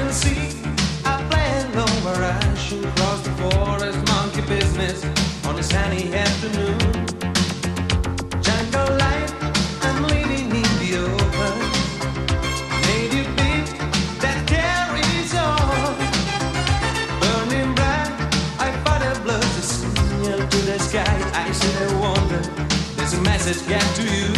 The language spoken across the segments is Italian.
and see. I play along where I should cross the forest, monkey business on a sunny afternoon. Jungle life, I'm living in the open. Native beat that carries on. Burning bright, I fight a blood to signal to the sky. I sit and wonder, there's a message get to you.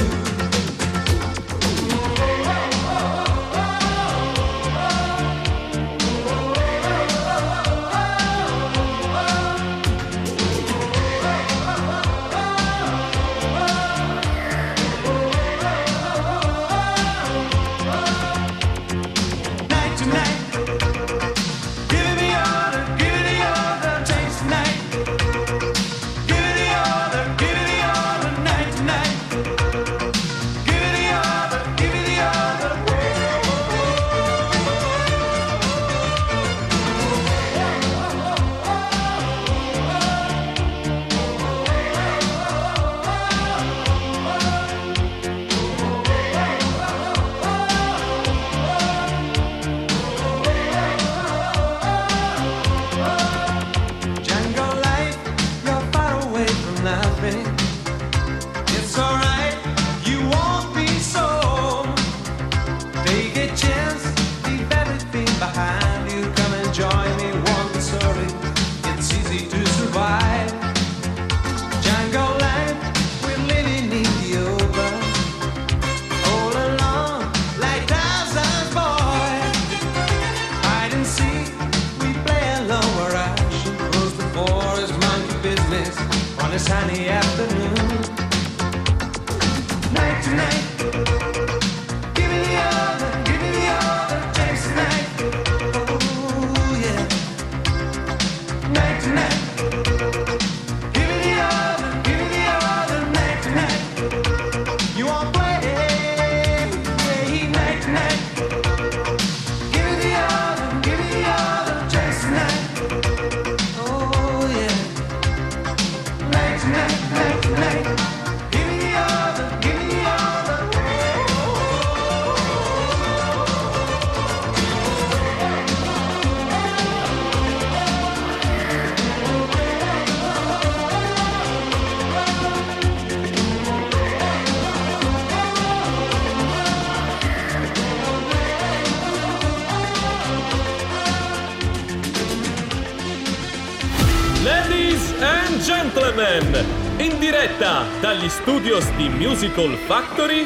In diretta dagli studios di Musical Factory,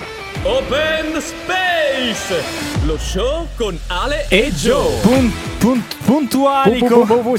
Open Space, lo show con Ale e Joe. Puntuali come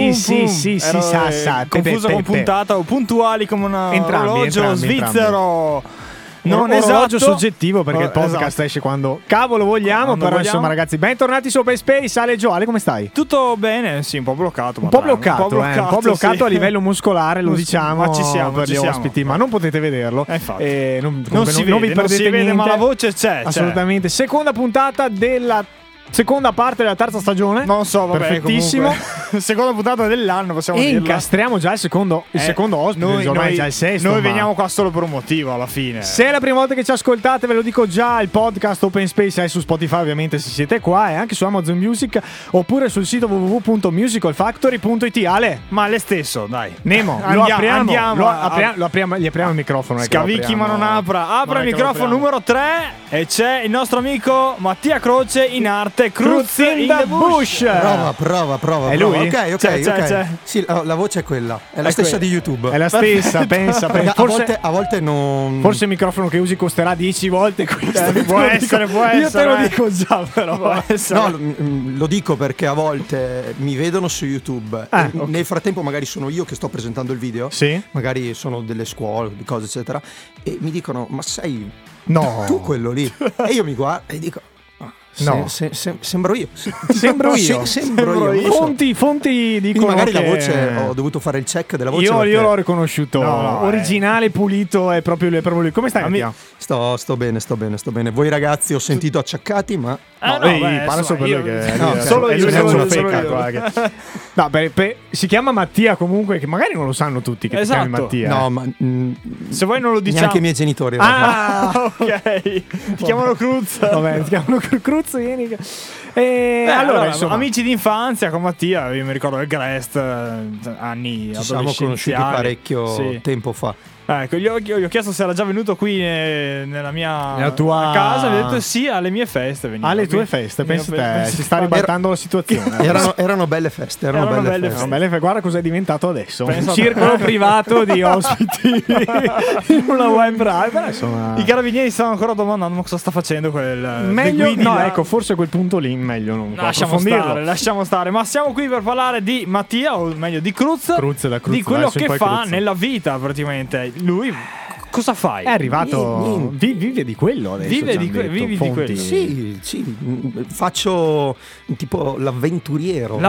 confuso con puntata o puntuali come un orologio svizzero. Non orologio soggettivo, perché il podcast esce quando cavolo vogliamo. Però vogliamo. Insomma, ragazzi, bentornati su Open Space. Ale Joe, Ale, come stai? Tutto bene? Sì, un po' bloccato. Un po' bloccato sì. A livello muscolare, lo diciamo. Ma ci siamo per gli ospiti, ma non potete vederlo. Non si vede, ma la voce c'è. Assolutamente. Seconda puntata della seconda parte della terza stagione. Non so, vabbè, perfettissimo. Seconda puntata dell'anno, possiamo dirla. E incastriamo già il secondo ospite. Ormai già il sesto. Noi veniamo qua solo per un motivo alla fine. Se è la prima volta che ci ascoltate, ve lo dico già, il podcast Open Space è su Spotify, ovviamente, se siete qua, e anche su Amazon Music, oppure sul sito www.musicalfactory.it. Ale, ma le stesso, dai. Nemo, gli apriamo il microfono. Scavicchi ma non apra il microfono numero 3 e c'è il nostro amico Mattia Croce in arte. Cruz in the Bush. Prova. È lui? Ok. C'è. Sì, la voce è quella. È la stessa di YouTube. È la stessa, pensa. A volte non. Forse il microfono che usi costerà 10 volte questo. Può essere. Io te lo dico già, però. No, lo dico perché a volte mi vedono su YouTube. Okay. Nel frattempo, magari sono io che sto presentando il video. Sì. Magari sono delle scuole, di cose, eccetera. E mi dicono: ma sei tu quello lì? E io mi guardo e dico: no, sembro io. Sembro io. Fonti dicono magari che la voce, ho dovuto fare il check della voce. Io l'ho riconosciuto. Originale, pulito, è proprio lui. Come stai? Sto bene. Voi ragazzi ho sentito acciaccati, ma parla solo per lui che solo io. Si chiama Mattia comunque, che magari non lo sanno tutti che ti chiami Mattia. No, ma se voi non lo diciamo neanche i miei genitori. Ok. Ti chiamano Cruz. Vabbè, ti chiamano Cruz. Cruzzini. Allora, insomma, amici d'infanzia con Mattia, io mi ricordo il Grest, anni Ci siamo conosciuti parecchio tempo fa. Ecco, gli ho chiesto se era già venuto qui nella tua casa, mi ha detto sì, alle mie feste veniva. Alle tue feste, pensa te, si sta ribaltando la situazione. Erano belle feste, erano belle feste. Guarda cosa è diventato adesso, un circolo privato di ospiti in una web radio. Insomma, i carabinieri stanno ancora domandando cosa sta facendo quel meglio, no, ecco, forse quel punto lì meglio non lasciamo stare, ma siamo qui per parlare di Mattia, o meglio di Cruz, di quello che fa nella vita praticamente. Lui cosa fai? È arrivato, vive di quello adesso. Vivi di quello. Sì, faccio tipo l'avventuriero.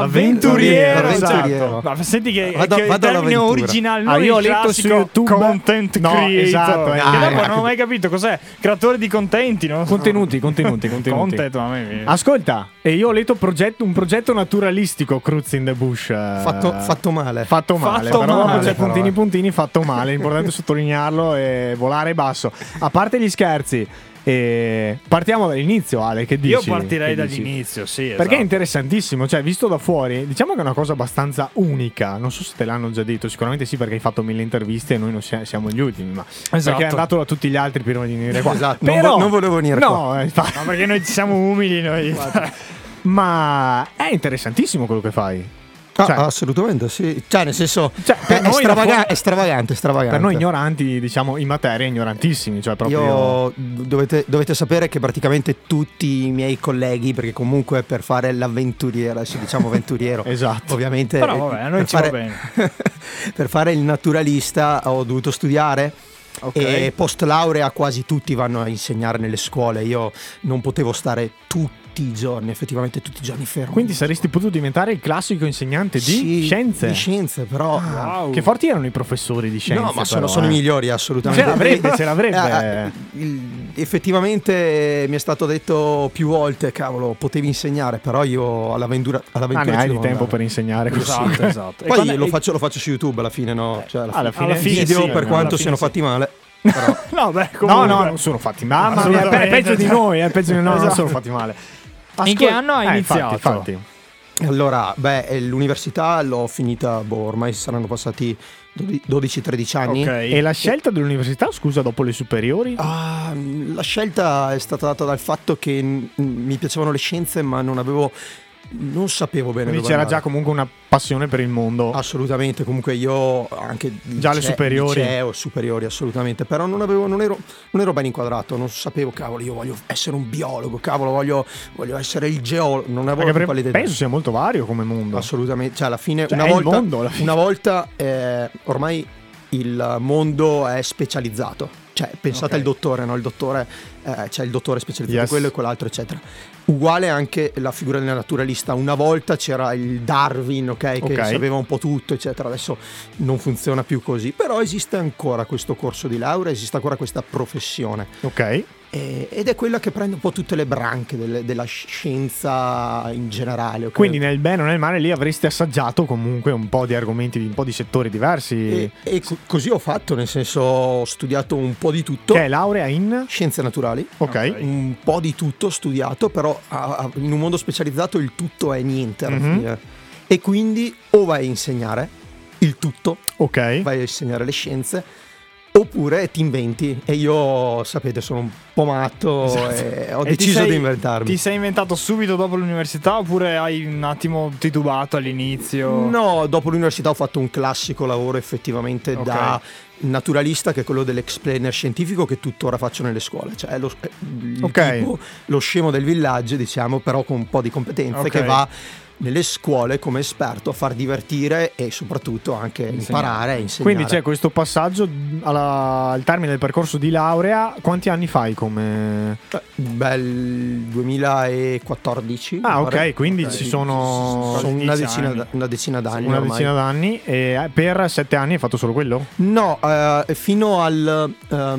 Esatto. Ma senti che il termine originale. Io ho letto su YouTube content creator. Esatto. Non ho mai capito cos'è. Creatore di contenti, no? Contenuti. Ascolta, e io ho letto un progetto naturalistico, Cruz in the Bush. Fatto male. Però c'è puntini fatto male. È importante sottolinearlo e volare basso. A parte gli scherzi, partiamo dall'inizio, Ale, che dici? Io partirei dall'inizio, sì, esatto. Perché è interessantissio, cioè visto da fuori, diciamo che è una cosa abbastanza unica. Non so se te l'hanno già detto, sicuramente sì, perché hai fatto 1000 interviste e noi non siamo gli ultimi, ma perché è andato da tutti gli altri prima di venire qua. Esatto, però, non volevo venire qua. No, perché noi siamo umili noi. Ma è interessantissimo quello che fai. Cioè, assolutamente sì. Cioè, nel senso, è stravagante. Per noi ignoranti, diciamo, in materia, ignorantissimi. Cioè, proprio. Dovete sapere che praticamente tutti i miei colleghi, perché comunque per fare l'avventuriero, adesso diciamo avventuriero, esatto. Ovviamente. Però vabbè, a noi ci va bene. Per fare il naturalista ho dovuto studiare. Okay. E post laurea quasi tutti vanno a insegnare nelle scuole. Io non potevo stare effettivamente tutti i giorni fermo. Quindi saresti potuto diventare il classico insegnante di scienze? Di scienze, però wow. Che forti erano i professori di scienze. No, ma sono i migliori, assolutamente. Ce l'avrebbe. Effettivamente mi è stato detto più volte, cavolo, potevi insegnare, però io all'avventura ne hai di tempo per insegnare. Esatto. Poi lo faccio su YouTube alla fine, no? Cioè, alla fine video, per quanto siano fatti male. Però. No, non sono fatti male. È peggio di noi, non sono fatti male. In che anno hai iniziato? Infatti. Allora, l'università l'ho finita, ormai saranno passati 12-13 anni. Okay. E la scelta dell'università, scusa, dopo le superiori? La scelta è stata data dal fatto che mi piacevano le scienze, ma non sapevo bene. Quindi c'era già comunque una passione per il mondo. Assolutamente, comunque io anche già le superiori. Superiori, assolutamente. Però non ero ben inquadrato, non sapevo, cavolo, io voglio essere un biologo, cavolo, voglio essere il geologo. Non avevo la pallida idea. Penso sia molto vario come mondo. Assolutamente, cioè alla fine, una volta ormai il mondo è specializzato. Cioè, pensate al dottore, no? Il dottore, c'è il dottore specializzato in quello e quell'altro, eccetera. Uguale anche la figura del naturalista. Una volta c'era il Darwin, che sapeva un po' tutto, eccetera. Adesso non funziona più così. Però esiste ancora questo corso di laurea, esiste ancora questa professione. Ok. Ed è quella che prende un po' tutte le branche della scienza in generale. Okay? Quindi nel bene o nel male lì avresti assaggiato comunque un po' di argomenti, un po' di settori diversi. E così ho fatto, nel senso ho studiato un po' di tutto. Che è laurea in? Scienze naturali. Ok. Un po' di tutto ho studiato, però in un mondo specializzato il tutto è niente alla fine. E quindi o vai a insegnare il tutto, vai a insegnare le scienze, oppure ti inventi. E io, sapete, sono un po' matto, e ho deciso di inventarmi. Ti sei inventato subito dopo l'università oppure hai un attimo titubato all'inizio? No, dopo l'università ho fatto un classico lavoro effettivamente da naturalista, che è quello dell'explainer scientifico, che tuttora faccio nelle scuole. Cioè tipo, lo scemo del villaggio, diciamo, però con un po' di competenze, che va nelle scuole come esperto a far divertire e soprattutto anche imparare e insegnare. Quindi c'è questo passaggio al termine del percorso di laurea. Quanti anni fai come? Il 2014. Quindi ci sono una decina d'anni. Una decina d'anni. E per 7 anni hai fatto solo quello? No, fino al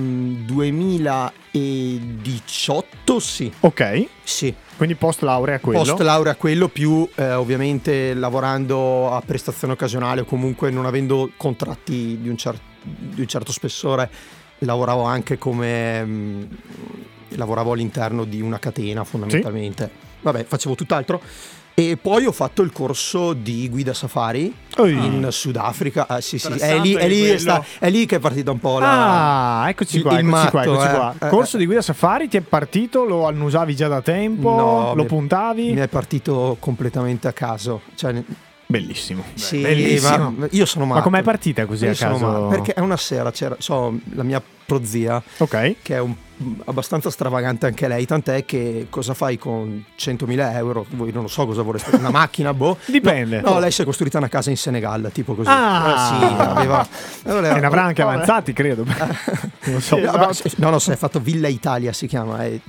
2018 sì. Ok. Sì. Quindi post laurea quello? Post laurea quello, più ovviamente lavorando a prestazione occasionale o comunque non avendo contratti di un certo spessore, lavoravo anche come lavoravo all'interno di una catena fondamentalmente. Vabbè, facevo tutt'altro. E poi ho fatto il corso di guida safari in Sudafrica. Sì, è lì che è partita un po' eccoci qua. Corso di guida safari, ti è partito? Lo annusavi già da tempo? No, lo puntavi? Mi è partito completamente a caso. Cioè, bellissimo. Sì, bellissimo. Ma io sono matto. Ma com'è partita così a caso? Perché è una sera c'era la mia prozia, che è abbastanza stravagante anche lei, tant'è che cosa fai con 100.000 euro? Voi non lo so cosa vorreste, una macchina, Dipende. No, lei si è costruita una casa in Senegal, tipo così. Sì, aveva. Allora, ne avrà anche avanzati, credo. Non so. No, si è fatto Villa Italia, si chiama. È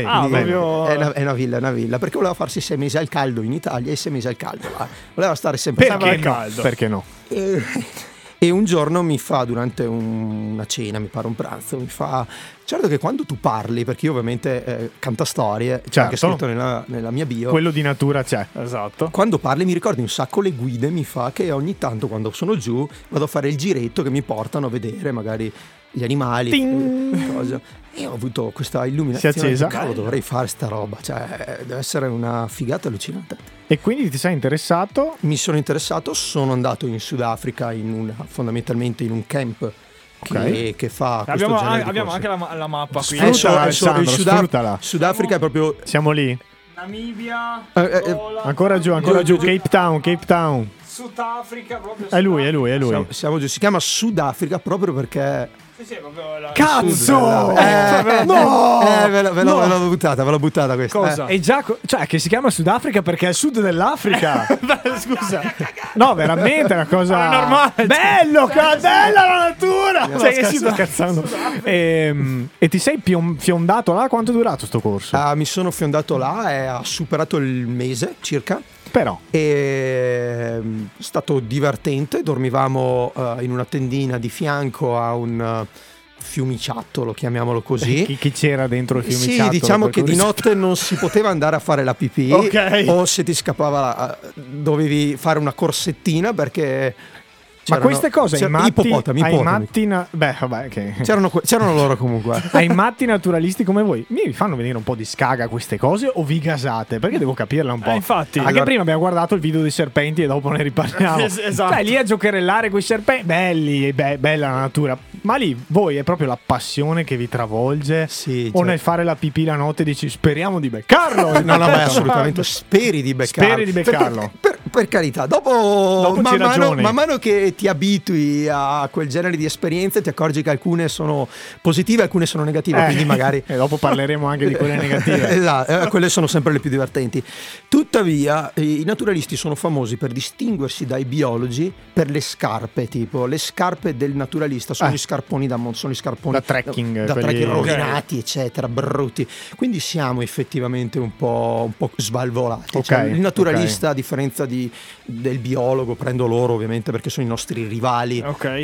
una villa, perché voleva farsi 6 mesi al caldo in Italia e 6 mesi al caldo là. Voleva stare sempre al caldo. Perché no? E un giorno mi fa, durante una cena, mi pare un pranzo, mi fa: certo che quando tu parli, perché io ovviamente cantastorie, c'è anche scritto nella mia bio, quello di natura c'è, esatto. Quando parli mi ricordi un sacco le guide, mi fa, che ogni tanto quando sono giù vado a fare il giretto che mi portano a vedere magari gli animali, cose. E ho avuto questa illuminazione. Si è accesa. Cavolo, dovrei fare sta roba, cioè deve essere una figata allucinante. E quindi ti sei interessato? Mi sono interessato, sono andato in Sudafrica fondamentalmente in un camp che fa questo genere di abbiamo anche la mappa qui. Sudafrica è proprio. Siamo lì. Namibia, ancora giù, Cape Town. Sudafrica proprio. È lui. Siamo giù, si chiama Sudafrica proprio perché. Cazzo! No! Ve l'ho buttata questa. Cosa? È già cioè che si chiama Sudafrica perché è il sud dell'Africa. Scusa. No, veramente è una cosa normale. Bello, bella la natura. Cioè, che si sta scherzando. E ti sei fiondato là? Quanto è durato sto corso? Mi sono fiondato là e ha superato il mese circa. Però è stato divertente, dormivamo in una tendina di fianco a un fiumiciattolo, chiamiamolo così. Chi c'era dentro il fiumiciattolo? Sì, diciamo che di notte non si poteva andare a fare la pipì, o se ti scappava dovevi fare una corsettina perché. Ma queste cose ippopotami. C'erano loro comunque. Ai matti naturalisti come voi mi fanno venire un po' di scaga queste cose o vi gasate? Perché devo capirla un po'. Infatti. Anche prima abbiamo guardato il video dei serpenti e dopo ne riparliamo. Esatto. Lì a giocherellare con i serpenti, belli, bella la natura. Ma lì voi è proprio la passione che vi travolge? Sì, o nel fare la pipì la notte dici speriamo di beccarlo? No, assolutamente. Speri di beccarlo. Per carità, dopo man mano che ti abitui a quel genere di esperienze ti accorgi che alcune sono positive, alcune sono negative, quindi magari e dopo parleremo anche di quelle negative. Esatto, quelle sono sempre le più divertenti. Tuttavia i naturalisti sono famosi per distinguersi dai biologi per le scarpe, tipo le scarpe del naturalista sono gli scarponi sono gli scarponi da trekking rovinati, eccetera, brutti. Quindi siamo effettivamente un po' svalvolati. Il naturalista, a differenza del biologo, prendo loro ovviamente perché sono i nostri rivali.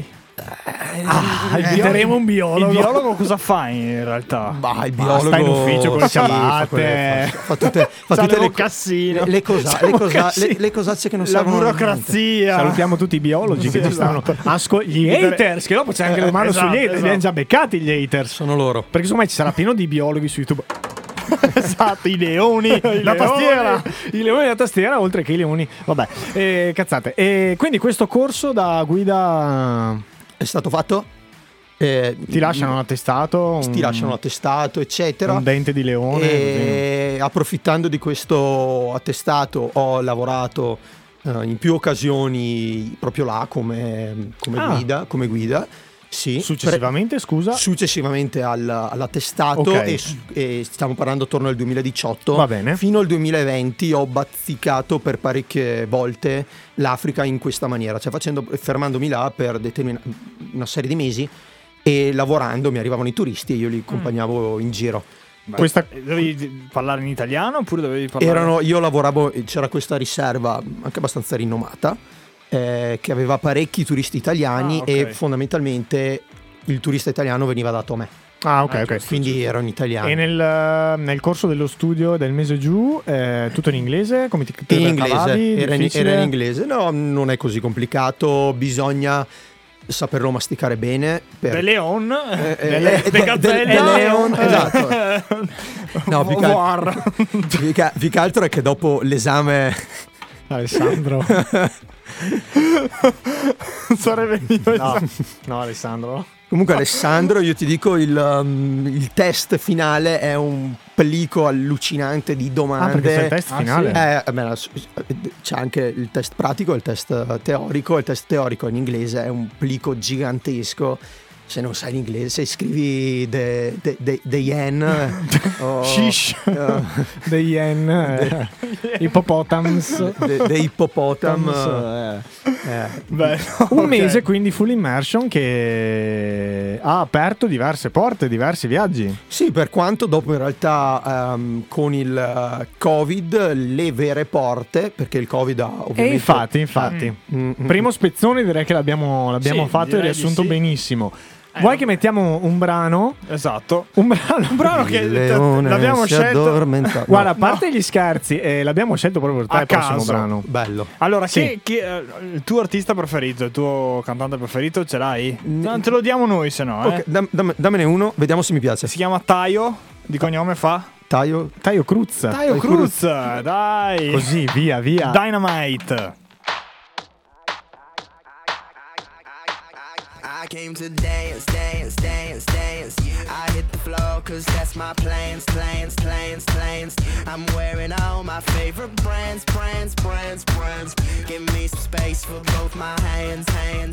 Inviteremo un biologo. Il biologo cosa fa in realtà? Il biologo sta in ufficio con le ciabatte, fa tutte le cassine, le cosacce che non servono. La burocrazia. Salutiamo tutti i biologi che ci stanno. Gli haters, che dopo c'è anche le mani sugli haters. Li hanno già beccati gli haters. Sono loro. Perché secondo me ci sarà pieno di biologhi su YouTube. Esatto, i leoni, tastiera. I leoni da tastiera, oltre che i leoni. Vabbè, cazzate. E quindi questo corso da guida è stato fatto? Ti lasciano l'attestato? Ti lasciano l'attestato, eccetera. Un dente di leone. E approfittando di questo attestato ho lavorato in più occasioni proprio là come guida. Sì, successivamente all'attestato, e stiamo parlando attorno al 2018. Va bene. Fino al 2020 ho bazzicato per parecchie volte l'Africa in questa maniera, cioè fermandomi là per una serie di mesi e lavorando mi arrivavano i turisti e io li accompagnavo in giro. Dovevi parlare in italiano oppure dovevi parlare? Io lavoravo, c'era questa riserva anche abbastanza rinomata che aveva parecchi turisti italiani e fondamentalmente il turista italiano veniva dato a me. Quindi ero in italiano. E nel corso dello studio del mese giù tutto in inglese? Come in inglese, era in inglese. No, non è così complicato, bisogna saperlo masticare bene. De Leon, De Leon, esatto. No, più che altro è che dopo l'esame Alessandro sarebbe no Alessandro. Comunque Alessandro, io ti dico, il test finale è un plico allucinante di domande. Perché c'è il test finale? C'è anche il test pratico e il test teorico. Il test teorico in inglese è un plico gigantesco. Se non sai l'inglese, se scrivi the yen shish the yen hippopotams the hippopotam un mese quindi full immersion che ha aperto diverse porte, diversi viaggi. Sì, per quanto dopo in realtà con il Covid le vere porte, perché il Covid ha ovviamente infatti primo spezzone direi che l'abbiamo fatto e riassunto benissimo. Vuoi che mettiamo un brano? Esatto. Un brano che l'abbiamo scelto. Guarda, a parte gli scherzi, l'abbiamo scelto proprio per te il prossimo brano. Bello. Allora, il tuo artista preferito, il tuo cantante preferito ce l'hai? Non te lo diamo noi, se no. Okay, dammene uno, vediamo se mi piace. Si chiama Taio, di cognome fa? Taio Cruz. Taio Cruz, dai. Così, via. Dynamite. I came to dance. I hit the floor cause that's my plans. I'm wearing all my favorite brands. Give me some space for both my hands.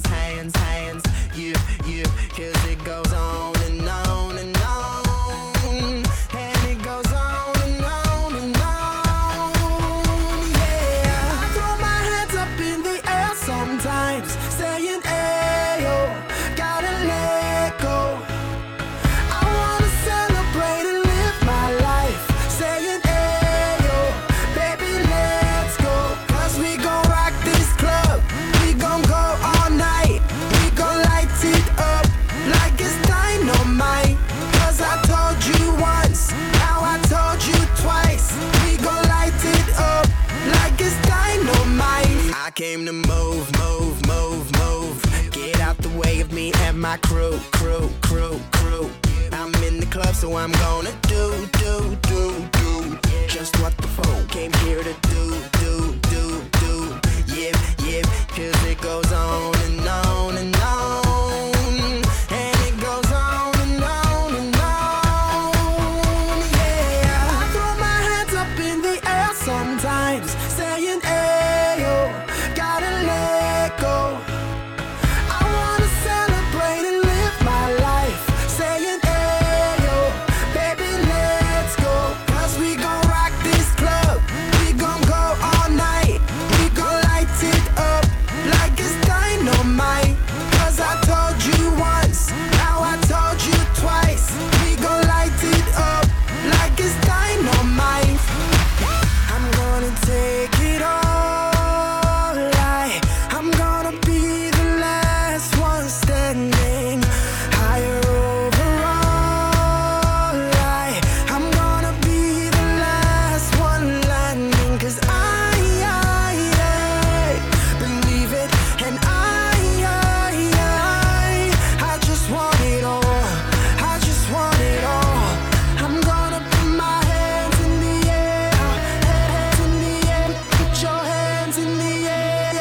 You, cause it goes on and on and on. And it goes on and on and on. Yeah, I throw my hands up in the air sometimes, saying ayo, gotta let go. I wanna celebrate and live my life, saying ayo, baby let's go. Cause we gon' rock this club, we gon' go all night, we gon' light it up like it's dynamite. Cause I told you once, now I told you twice, we gon' light it up like it's dynamite. I came to move. Get out the way of me and my crew. I'm in the club, so I'm gonna do just what the folk came here to do. Yeah, cause it goes on and on and on. And it goes on and on and on. Yeah, I throw my hands up in the air sometimes, saying ayo, gotta let go. I wanna celebrate and live my life, saying ayo, baby let's go. Cause we gon' rock this club, we gon' go all night, we gon' light it up like it's dynamite. Cause I told you once, now I told you twice, we gon' light it up like it's dynamite. I'm gonna take it all, I'm gonna be the last one standing, higher overall, I'm gonna be the last one landing. Cause I believe it, and I just want it all, I just want it all. I'm gonna put my hands in the air, put your hands in the air.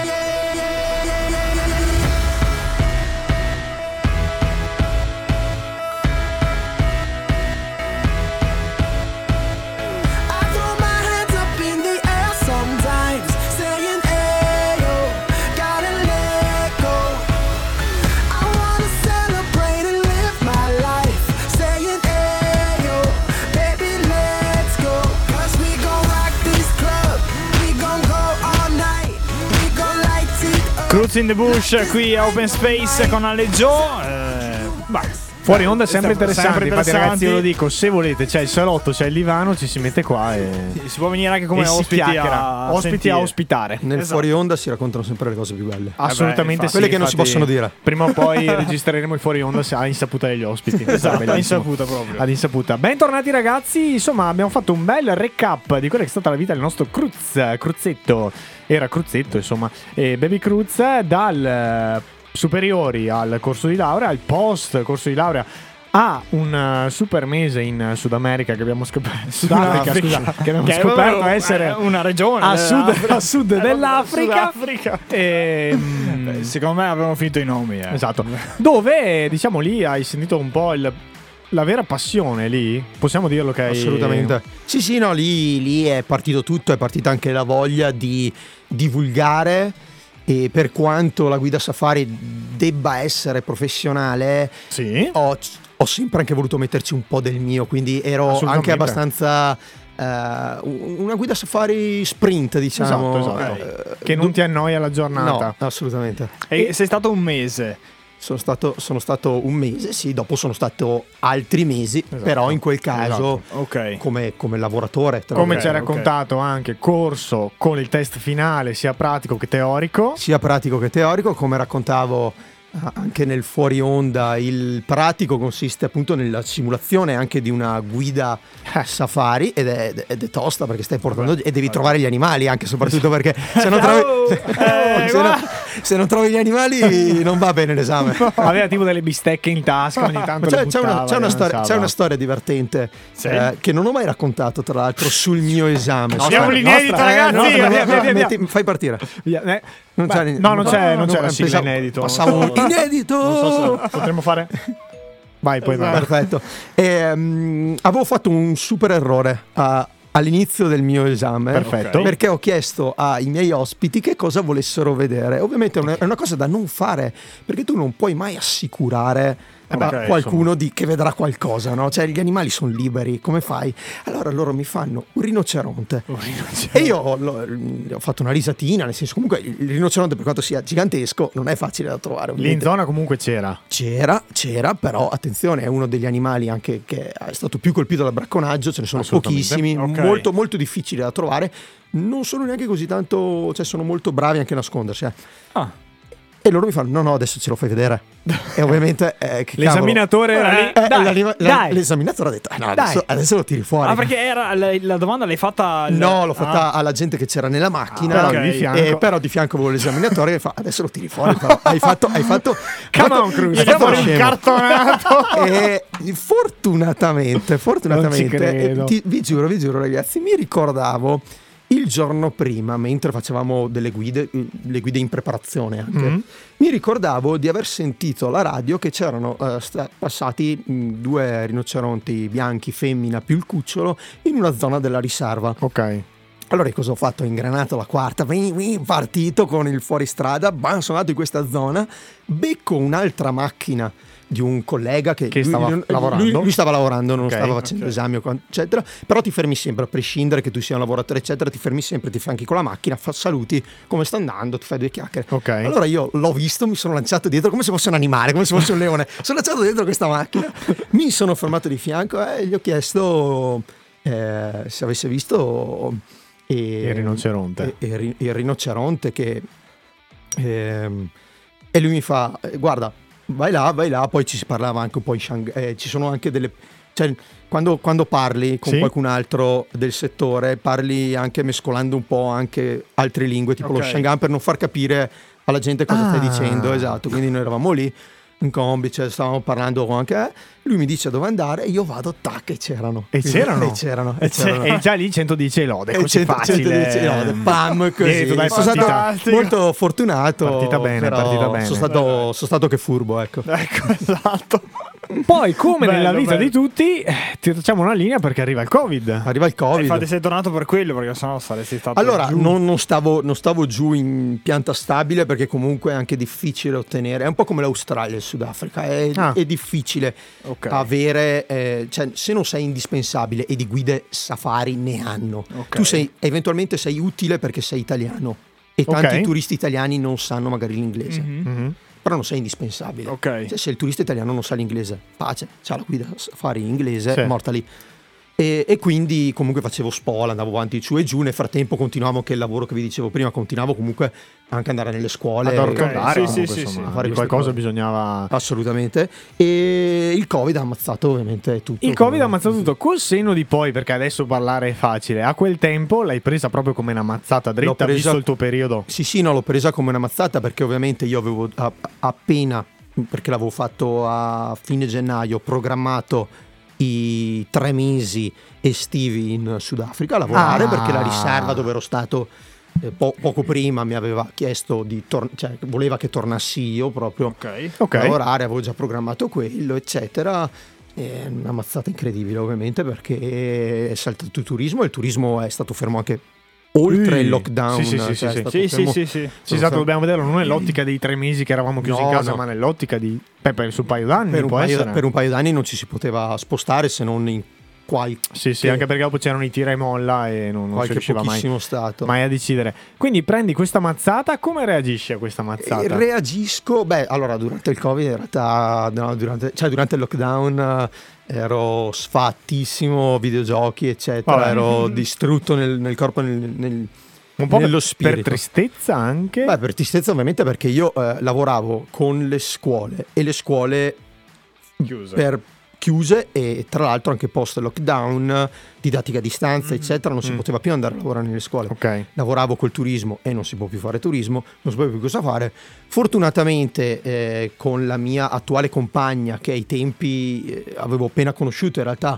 I throw my hands up in the air sometimes, saying ayo, gotta let go. I wanna celebrate and live my life, saying ayo, baby let's go. Cause we gon' rock this club, we gon' go all night, we gon' light it up. Cruz in the Bush qui a Open Space con Ale Joe. Fuori onda è sempre interessante. Infatti, interessanti. ragazzi, io lo dico: se volete, c'è il salotto, c'è il divano, ci si mette qua e Si può venire anche come e si ospiti chiacchiera. Ospiti sentire. a ospitare. Nel fuori onda si raccontano sempre le cose più belle. Assolutamente infatti. sì. Quelle che non si possono dire. Prima o poi registreremo il fuori onda a insaputa degli ospiti. Esatto, Bellissimo. a insaputa proprio. Ad insaputa. Bentornati ragazzi, insomma abbiamo fatto un bel recap di quella che è stata la vita del nostro Cruzzetto. Era Cruzzetto insomma, Baby Cruz dal superiori al corso di laurea, al post corso di laurea ha un super mese in Sud America che abbiamo scoperto essere una regione a sud dell'Africa. Secondo me avevano finito i nomi. Esatto. Dove diciamo lì hai sentito un po' la vera passione lì? Possiamo dirlo che assolutamente. Sì, no, lì è partito tutto, è partita anche la voglia di divulgare. E per quanto la guida safari debba essere professionale, sì, ho sempre anche voluto metterci un po' del mio, quindi ero anche abbastanza una guida safari sprint, diciamo. Esatto. Che non ti annoia la giornata. No, assolutamente. E sei stato un mese? Sono stato un mese, sì, dopo sono stato altri mesi, però in quel caso come lavoratore. Come ci hai raccontato anche, corso con il test finale sia pratico che teorico. Come raccontavo anche nel fuori onda, il pratico consiste appunto nella simulazione anche di una guida safari ed è tosta perché stai portando e devi trovare gli animali anche, soprattutto perché se non trovi gli animali non va bene l'esame. Aveva tipo delle bistecche in tasca ogni tanto. C'è una storia divertente che non ho mai raccontato tra l'altro sul mio esame. Siamo l'inedito, ragazzi. Fai partire. Non c'è la sigla inedito. Passavo inedito. Non so se potremmo fare. Vai, poi vai. Perfetto. Avevo fatto un super errore all'inizio del mio esame. Perfetto. Perché ho chiesto ai miei ospiti che cosa volessero vedere. Ovviamente è una cosa da non fare, perché tu non puoi mai assicurare a qualcuno che vedrà qualcosa, no? Cioè gli animali sono liberi, come fai? Allora loro mi fanno un rinoceronte. E io ho fatto una risatina, nel senso, comunque il rinoceronte, per quanto sia gigantesco, non è facile da trovare. Lì in zona comunque c'era, però attenzione, è uno degli animali anche che è stato più colpito dal bracconaggio, ce ne sono pochissimi, molto molto difficili da trovare, non sono neanche così tanto, cioè sono molto bravi anche a nascondersi. E loro mi fanno no, adesso ce lo fai vedere. E ovviamente l'esaminatore era lì. L'esaminatore ha detto adesso lo tiri fuori. Perché era la domanda l'hai fatta No, l'ho fatta alla gente che c'era nella macchina, però di fianco avevo l'esaminatore che fa adesso lo tiri fuori, però hai fatto come on Cruz, hai fatto un cartonato. E fortunatamente vi giuro ragazzi, mi ricordavo il giorno prima, mentre facevamo le guide in preparazione anche, mi ricordavo di aver sentito alla radio che c'erano passati 2 rinoceronti bianchi, femmina più il cucciolo, in una zona della riserva. Ok. Allora cosa ho fatto? Ho ingranato la quarta, partito con il fuoristrada, sono andato in questa zona, becco un'altra macchina di un collega che stava lavorando. Lui stava lavorando, non stava facendo esami eccetera, però ti fermi sempre, a prescindere che tu sia un lavoratore eccetera, ti fermi sempre, ti fianchi con la macchina, saluti, come sta andando, ti fai 2 chiacchiere. Allora io l'ho visto, mi sono lanciato dietro come se fosse un animale, come se fosse un leone, sono lanciato dietro questa macchina, mi sono fermato di fianco e gli ho chiesto se avesse visto il rinoceronte il rinoceronte che e lui mi fa guarda, vai là, poi ci si parlava anche un po' ci sono anche delle, cioè quando parli con qualcun altro del settore parli anche mescolando un po' anche altre lingue, tipo lo Shangan, per non far capire alla gente cosa stai dicendo. Esatto, quindi noi eravamo lì in combi, cioè stavamo parlando anche lui mi dice dove andare e io vado, tac, e c'erano. E già lì 110 lode, così facile. 110 lode, pam, così. Sono stato molto fortunato. Partita bene. Sono stato che furbo, ecco, esatto. Poi, come nella vita di tutti, ti facciamo una linea perché arriva il Covid. Infatti sei tornato per quello, perché sennò saresti stato giù. Non stavo giù in pianta stabile, perché comunque è anche difficile ottenere. È un po' come l'Australia e il Sudafrica. È difficile avere, cioè, se non sei indispensabile, e di guide safari ne hanno. Tu eventualmente sei utile perché sei italiano e tanti turisti italiani non sanno magari l'inglese. Però non sei indispensabile. Cioè, se il turista italiano non sa l'inglese, pace, c'ha la guida safari inglese, morta lì. E quindi comunque facevo spola, andavo avanti su e giù. Nel frattempo continuavo, che il lavoro che vi dicevo prima, continuavo comunque anche andare nelle scuole ad arrotondare, sì, fare qualcosa bisognava. Assolutamente. E il Covid ha ammazzato ovviamente tutto. Il Covid ha ammazzato tutto, col senno di poi, perché adesso parlare è facile. A quel tempo l'hai presa proprio come una mazzata dritta, visto il tuo periodo? Sì, no, l'ho presa come una mazzata, perché ovviamente io avevo appena, perché l'avevo fatto a fine gennaio, programmato i 3 mesi estivi in Sudafrica a lavorare, perché la riserva dove ero stato poco prima mi aveva chiesto di cioè voleva che tornassi io proprio a lavorare, avevo già programmato quello, eccetera. È una mazzata incredibile, ovviamente, perché è saltato il turismo, e il turismo è stato fermo anche oltre il lockdown. Sì, esatto, dobbiamo vederlo non nell'ottica dei 3 mesi che eravamo chiusi in casa, ma nell'ottica di su un paio d'anni. Per un paio d'anni non ci si poteva spostare, se non in qualche... Sì, anche perché dopo c'erano i tira e molla e non si riusciva mai a decidere. Quindi prendi questa mazzata, come reagisci a questa mazzata? Reagisco, allora durante il Covid in realtà, durante il lockdown ero sfattissimo, videogiochi eccetera, ero distrutto nel corpo, un po' nello spirito. Per tristezza anche? Per tristezza ovviamente, perché io lavoravo con le scuole, e le scuole chiuse, e tra l'altro anche post lockdown, didattica a distanza eccetera, non si poteva più andare a lavorare nelle scuole. Lavoravo col turismo e non si può più fare turismo, non si può più cosa fare. Fortunatamente con la mia attuale compagna, che ai tempi avevo appena conosciuto, in realtà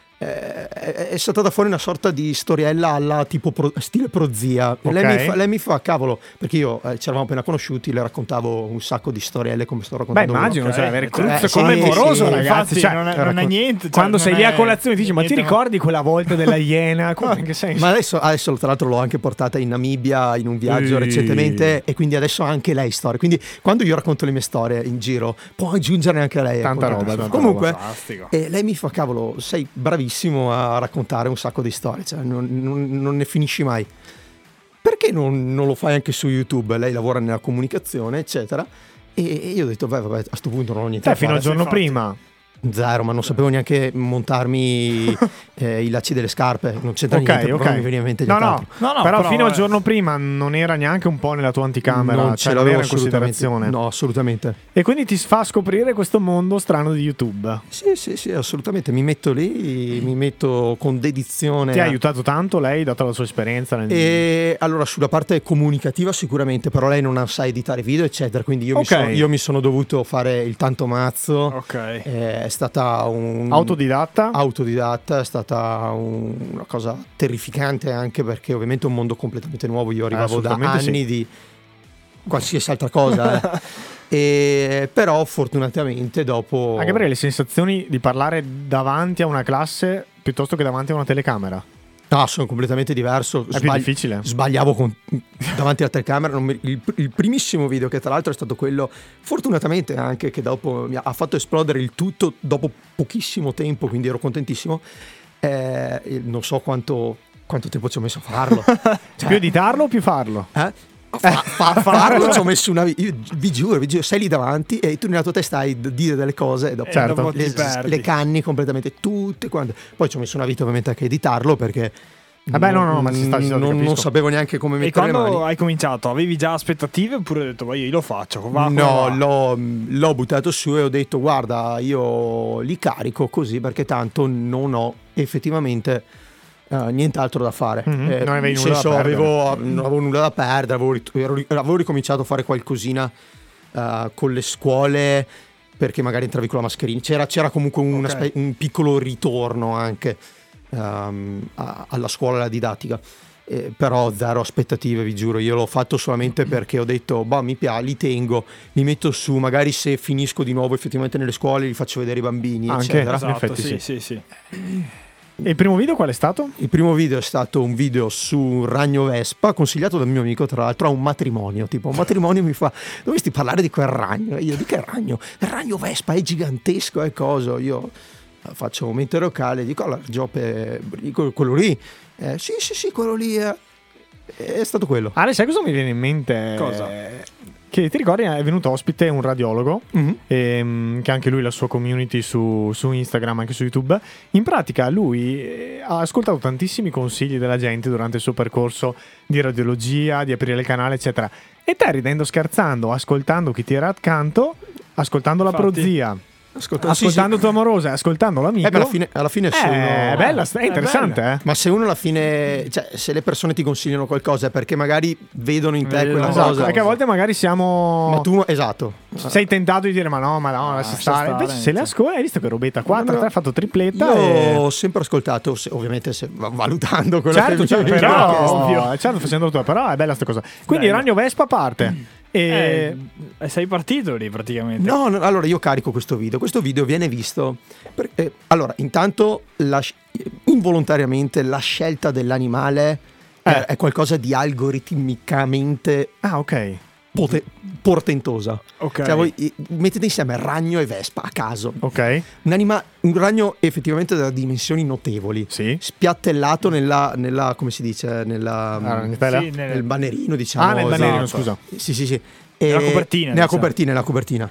è saltata fuori una sorta di storiella alla tipo stile prozia. Lei mi fa cavolo, perché io ci eravamo appena conosciuti, le raccontavo un sacco di storielle come sto raccontando. Immagino, avere Cruz come moroso, ragazzi, infatti, non è niente. Quando sei lì a colazione ti dici: ma ti ricordi quella volta della iena? In che senso? Ma adesso tra l'altro l'ho anche portata in Namibia in un viaggio recentemente, e quindi adesso ha anche lei storie. Quindi quando io racconto le mie storie in giro, può aggiungerne anche lei. Tanta roba. Comunque, e lei mi fa: cavolo, sei bravissimo a raccontare un sacco di storie, cioè non ne finisci mai. Perché non lo fai anche su YouTube? Lei lavora nella comunicazione eccetera, e io ho detto vabbè, a sto punto non ho niente da fare. Fino al giorno prima zero, ma non sapevo neanche montarmi i lacci delle scarpe, non c'entra niente, però mi veniva in mente no, però fino al giorno prima non era neanche un po' nella tua anticamera, non ce l'avevo in considerazione. No, assolutamente. E quindi ti fa scoprire questo mondo strano di YouTube. Sì, assolutamente, mi metto lì, mi metto con dedizione. Ti ha aiutato tanto lei, data la sua esperienza allora sulla parte comunicativa sicuramente, però lei non sa editare video eccetera, quindi io mi sono dovuto fare il tanto mazzo. È stata autodidatta, è stata una cosa terrificante, anche perché ovviamente è un mondo completamente nuovo. Io arrivavo da anni di qualsiasi altra cosa però fortunatamente dopo, anche perché le sensazioni di parlare davanti a una classe piuttosto che davanti a una telecamera, no, sono completamente diverso. È più difficile. Sbagliavo davanti alla telecamera. Il primissimo video, che tra l'altro è stato quello, fortunatamente anche, che dopo mi ha fatto esplodere il tutto dopo pochissimo tempo, quindi ero contentissimo. Non so quanto tempo ci ho messo a farlo. Più editarlo o più farlo? Farlo ci ho messo una io vi giuro, sei lì davanti e tu nella tua testa hai da dire delle cose e dopo le canni completamente tutte quante. Poi ci ho messo una vita ovviamente anche a editarlo, perché ma non sapevo neanche come mettere le mani. E quando hai cominciato avevi già aspettative, oppure hai detto io lo faccio? L'ho buttato su e ho detto guarda, io li carico così perché tanto non ho effettivamente nient'altro da fare. Non avevi nulla da perdere. Non avevo nulla da perdere, avevo ricominciato a fare qualcosina con le scuole, perché magari entravi con la mascherina, c'era comunque un piccolo ritorno anche alla scuola, alla didattica, però zero aspettative, vi giuro. Io l'ho fatto solamente perché ho detto mi piace, li tengo, li metto su, magari se finisco di nuovo effettivamente nelle scuole li faccio vedere i bambini eccetera. Esatto, in effetti sì. E il primo video qual è stato? Il primo video è stato un video su un ragno vespa, consigliato dal mio amico, tra l'altro, a un matrimonio. Tipo, un matrimonio mi fa: dovresti parlare di quel ragno. E io: di che ragno? Il ragno vespa è gigantesco, è coso. Io faccio mente locale, dico: allora, quello lì. Sì, quello lì è stato quello. Ale, sai cosa mi viene in mente? Cosa? che ti ricordi è venuto ospite un radiologo, che anche lui ha la sua community su Instagram, anche su YouTube. In pratica lui ha ascoltato tantissimi consigli della gente durante il suo percorso di radiologia, di aprire il canale eccetera, e te ridendo, scherzando, ascoltando chi ti era accanto, ascoltando la prozia, ascoltando tua amorosa, ascoltando l'amico. Alla fine se uno... è bella, è interessante, bella. Ma se uno alla fine, cioè, se le persone ti consigliano qualcosa è perché magari vedono in te quella cosa. Perché a volte magari siamo. Ma tu, esatto. Sei tentato di dire ma no, lascia stare. Invece se le ascolti, hai visto che robetta 4, te hai fatto tripletta. Io ho sempre ascoltato, ovviamente valutando quello che certo, però, certo, facendo tu, però è bella sta cosa. Quindi Ragno Vespa parte. Sei partito lì praticamente. No, allora io carico questo video. Questo video viene visto allora, intanto involontariamente la scelta dell'animale è qualcosa di algoritmicamente portentosa. Okay. Cioè voi mettete insieme ragno e vespa a caso. Ok. Un ragno effettivamente da dimensioni notevoli. Sì. Spiattellato nella come si dice? Nel bannerino, diciamo. Nel bannerino, scusa. Sì. Nella copertina.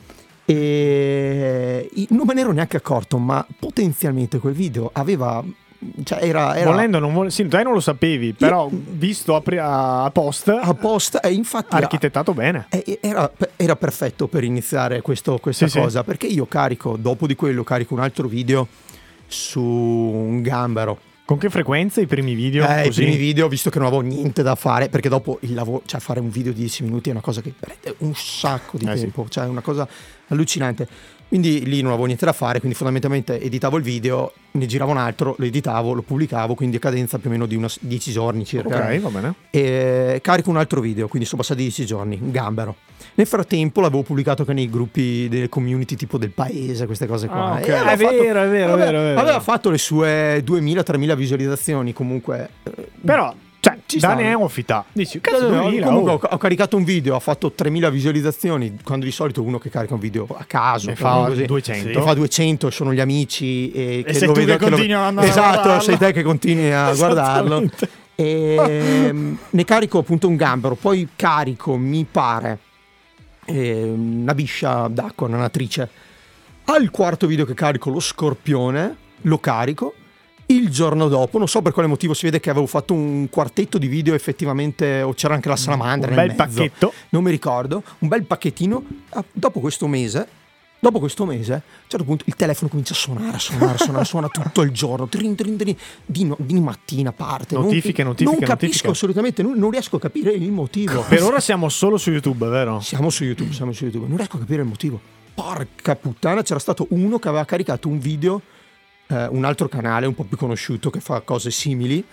E non me ne ero neanche accorto, ma potenzialmente quel video aveva, cioè era volendo sì, te non lo sapevi, però visto a post infatti architettato bene, era perfetto per iniziare questa cosa, perché io dopo di quello carico un altro video su un gambero. Con che frequenza i primi video? I primi video, visto che non avevo niente da fare, perché dopo il lavoro, cioè fare un video di 10 minuti è una cosa che prende un sacco di tempo, cioè è una cosa allucinante. Quindi lì non avevo niente da fare, quindi fondamentalmente editavo il video, ne giravo un altro, lo editavo, lo pubblicavo, quindi a cadenza più o meno di 10 giorni circa. Ok, va bene. E carico un altro video, quindi sono passati 10 giorni, un gambero. Nel frattempo l'avevo pubblicato anche nei gruppi delle community tipo del paese, queste cose qua. È vero. Aveva fatto le sue 2000-3000 visualizzazioni comunque. Però... Cioè, da sta. neofita. Dici, comunque ho caricato un video, ha fatto 3000 visualizzazioni, quando di solito uno che carica un video a caso ne fa così, 200. Ne fa 200, sono gli amici che sei lo tu vedo, che continui a andare a esatto, guardarlo. sei te che continui a guardarlo. E ne carico appunto un gambero, poi carico, mi pare, una biscia d'acqua, una natrice. Al quarto video che carico lo scorpione, lo carico. Il giorno dopo, non so per quale motivo, si vede che avevo fatto un quartetto di video effettivamente, o c'era anche la salamandra un nel bel mezzo. pacchetto. Non mi ricordo, un bel pacchettino. Dopo questo mese, a un certo punto il telefono comincia a suona tutto il giorno, di mattina parte. Notifiche. Non capisco assolutamente, non riesco a capire il motivo. Per ora siamo solo su YouTube, vero? Siamo su YouTube, non riesco a capire il motivo. Porca puttana, c'era stato uno che aveva caricato un video, un altro canale un po' più conosciuto che fa cose simili,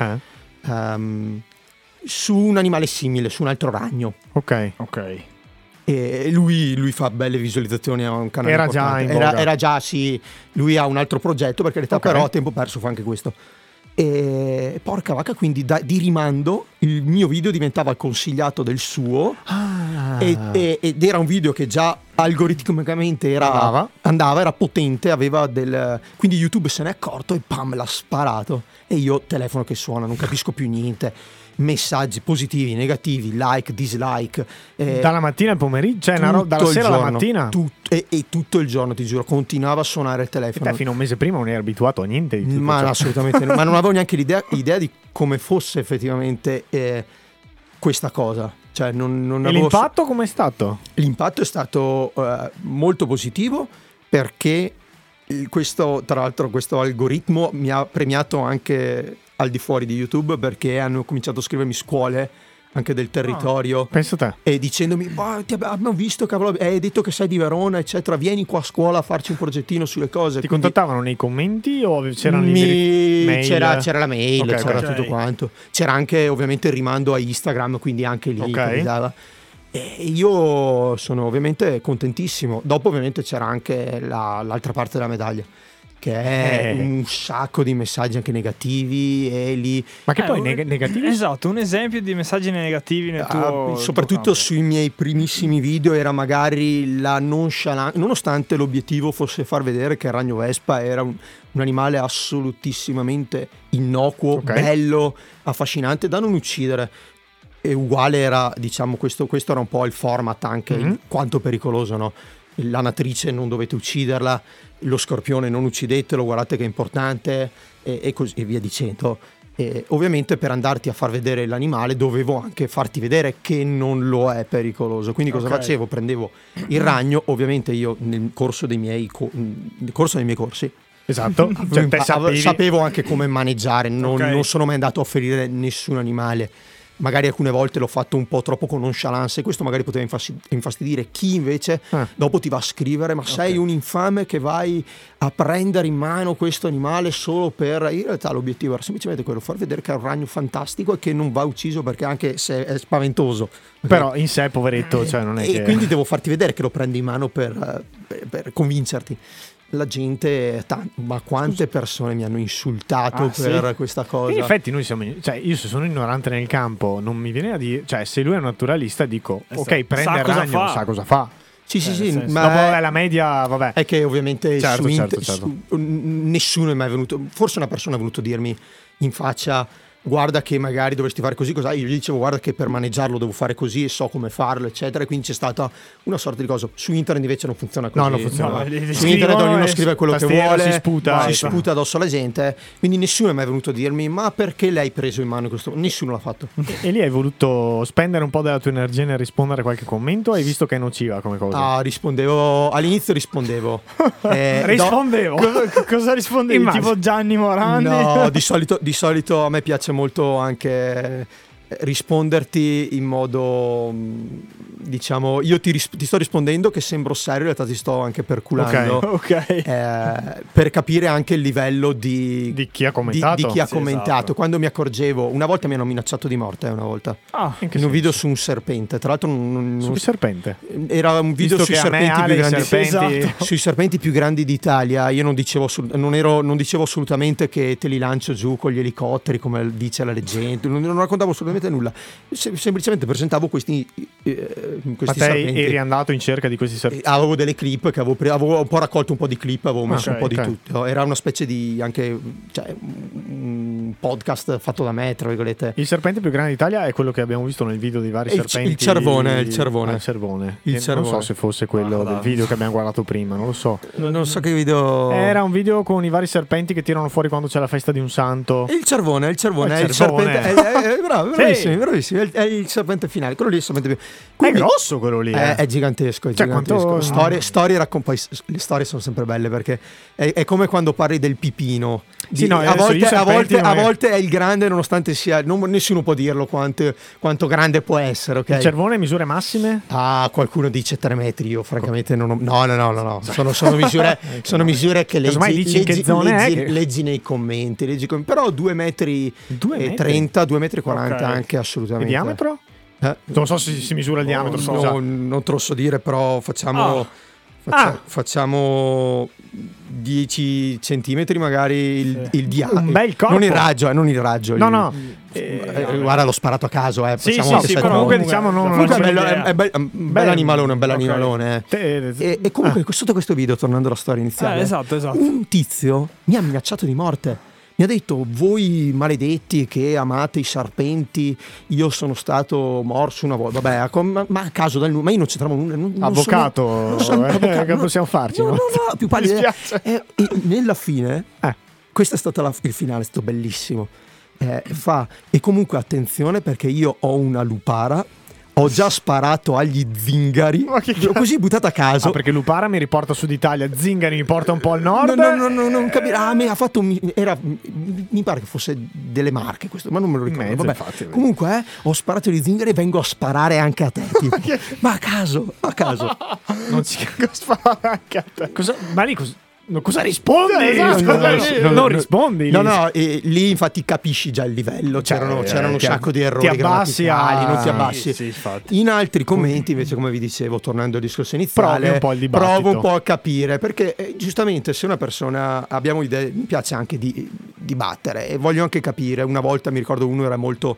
su un animale simile, su un altro ragno. Ok. E lui fa belle visualizzazioni, ha un canale era già sì, lui ha un altro progetto per carità, però a tempo perso fa anche questo. E porca vacca, quindi di rimando il mio video diventava il consigliato del suo, ed era un video che già algoritmicamente andava, era potente, aveva quindi YouTube se n'è accorto e pam, l'ha sparato. E io telefono che suona, non capisco più niente, messaggi positivi, negativi, like, dislike, dalla mattina al pomeriggio, cioè dalla sera alla mattina, e tutto il giorno, ti giuro, continuava a suonare il telefono. E te fino a un mese prima non eri abituato a niente di tutto ma ciò. No, assolutamente no. Ma non avevo neanche l'idea di come fosse effettivamente questa cosa. Cioè, non e l'impatto com'è stato? L'impatto è stato molto positivo, perché tra l'altro questo algoritmo mi ha premiato anche al di fuori di YouTube, perché hanno cominciato a scrivermi scuole anche del territorio, penso te, e dicendomi ti abbiamo visto, cavolo, hai detto che sei di Verona eccetera, vieni qua a scuola a farci un progettino sulle cose. Ti contattavano nei commenti o c'erano c'era la mail, c'era tutto quanto, c'era anche ovviamente il rimando a Instagram, quindi anche lì capitava. E io sono ovviamente contentissimo. Dopo ovviamente c'era anche l'altra parte della medaglia, che è un sacco di messaggi anche negativi, e lì ma che poi negativi, esatto, un esempio di messaggi negativi nel tuo soprattutto sui miei primissimi video era magari la nonchalance, nonostante l'obiettivo fosse far vedere che il ragno vespa era un animale assolutissimamente innocuo, bello, affascinante, da non uccidere. E uguale era, diciamo, questo era un po' il format anche, quanto pericoloso, no? L'anatrice non dovete ucciderla, lo scorpione non uccidetelo, guardate che è importante, e così e via dicendo. E ovviamente per andarti a far vedere l'animale dovevo anche farti vedere che non lo è pericoloso. Quindi cosa facevo? Prendevo il ragno, ovviamente io nel corso dei miei corsi. Esatto, sapevo anche come maneggiare, non sono mai andato a ferire nessun animale. Magari alcune volte l'ho fatto un po' troppo con nonchalance e questo magari poteva infastidire chi invece dopo ti va a scrivere ma sei un infame che vai a prendere in mano questo animale solo per... In realtà l'obiettivo era semplicemente quello, far vedere che è un ragno fantastico e che non va ucciso perché anche se è spaventoso. Però in sé poveretto, cioè non è e che... quindi devo farti vedere che lo prendi in mano per convincerti. La gente, ma quante persone mi hanno insultato per questa cosa. In effetti noi siamo, cioè io se sono ignorante nel campo non mi viene a dire, cioè se lui è un naturalista dico ok, prende il ragno, sa cosa fa. Sì, ma dopo la media, vabbè. È che ovviamente certo. Nessuno è mai venuto, forse una persona è venuto dirmi in faccia guarda che magari dovresti fare così, io gli dicevo guarda che per maneggiarlo devo fare così e so come farlo eccetera, e quindi c'è stata una sorta di cosa. Su internet invece non funziona così, non funziona. Su internet ognuno scrive quello che vuole, si sputa addosso alla gente, quindi nessuno è mai venuto a dirmi ma perché l'hai preso in mano questo, nessuno l'ha fatto. E lì hai voluto spendere un po' della tua energia nel rispondere a qualche commento, hai visto che è nociva come cosa? All'inizio rispondevo cosa rispondevi? Tipo Gianni Morandi? No, di solito a me piace molto anche risponderti in modo, diciamo, io ti sto rispondendo che sembro serio, in realtà ti sto anche perculando, per capire anche il livello di chi ha commentato. Di chi ha commentato. Esatto. Quando mi accorgevo, una volta mi hanno minacciato di morte, in un video su un serpente, tra l'altro sul serpente era un video sui serpenti più grandi d'Italia. Io non dicevo assolutamente che te li lancio giù con gli elicotteri come dice la leggenda, non raccontavo assolutamente nulla, semplicemente presentavo questi serpenti. Eri andato in cerca di questi serpenti? Avevo delle clip che avevo un po' raccolto, un po' di clip, avevo messo un po' di tutto, era una specie di anche un podcast fatto da me, tra virgolette. Il serpente più grande d'Italia è quello che abbiamo visto nel video dei vari serpenti. Il cervone. Non so se fosse quello del video che abbiamo guardato prima, non lo so. Non so che video. Era un video con i vari serpenti che tirano fuori quando c'è la festa di un santo. Il cervone è il serpente. Bravo, bravissimo. È il serpente finale. Quello lì è il serpente più. Quindi, è grosso quello lì. È gigantesco. Storie poi le storie sono sempre belle perché è come quando parli del pipino. A volte è il grande, nonostante sia. Nessuno può dirlo quanto grande può essere. Okay? Il cervone, misure massime? Qualcuno dice 3 metri. Io, francamente, non ho. No. Sono misure che leggi nei commenti. Però 2 metri e 30, 2 metri e 40 anche assolutamente. Il diametro? Non so se si misura il diametro. Non te lo so dire, però facciamo 10 centimetri magari il diametro. Un bel corpo. Non il raggio. No. Guarda, l'ho sparato a caso. Comunque diciamo è un bel animalone. E comunque sotto questo video, tornando alla storia iniziale, esatto. Un tizio mi ha minacciato di morte. Mi ha detto: voi maledetti che amate i serpenti, io sono stato morso una volta. Vabbè, ma a caso ma io non c'entravo nulla. Avvocato, che possiamo farci? No, più pallida. E nella fine, questo è stato il finale, è stato bellissimo. E comunque attenzione perché io ho una lupara. Ho già sparato agli zingari, così buttata a caso. Perché Lupara mi riporta Sud Italia, zingari mi porta un po' al nord. Non capirà. Mi ha fatto mi pare che fosse delle Marche questo, ma non me lo ricordo. Infatti, comunque ho sparato agli zingari e vengo a sparare anche a te. Ma a caso. Non ci vengo a sparare anche a te. Cosa rispondi? Non rispondi. No, lì infatti capisci già il livello. C'erano un sacco di errori grammaticali, non ti abbassi. Sì, in altri commenti, invece, come vi dicevo, tornando al discorso iniziale, provo un po' a capire. Perché giustamente, se una persona abbiamo idee, mi piace anche di dibattere e voglio anche capire. Una volta mi ricordo uno era molto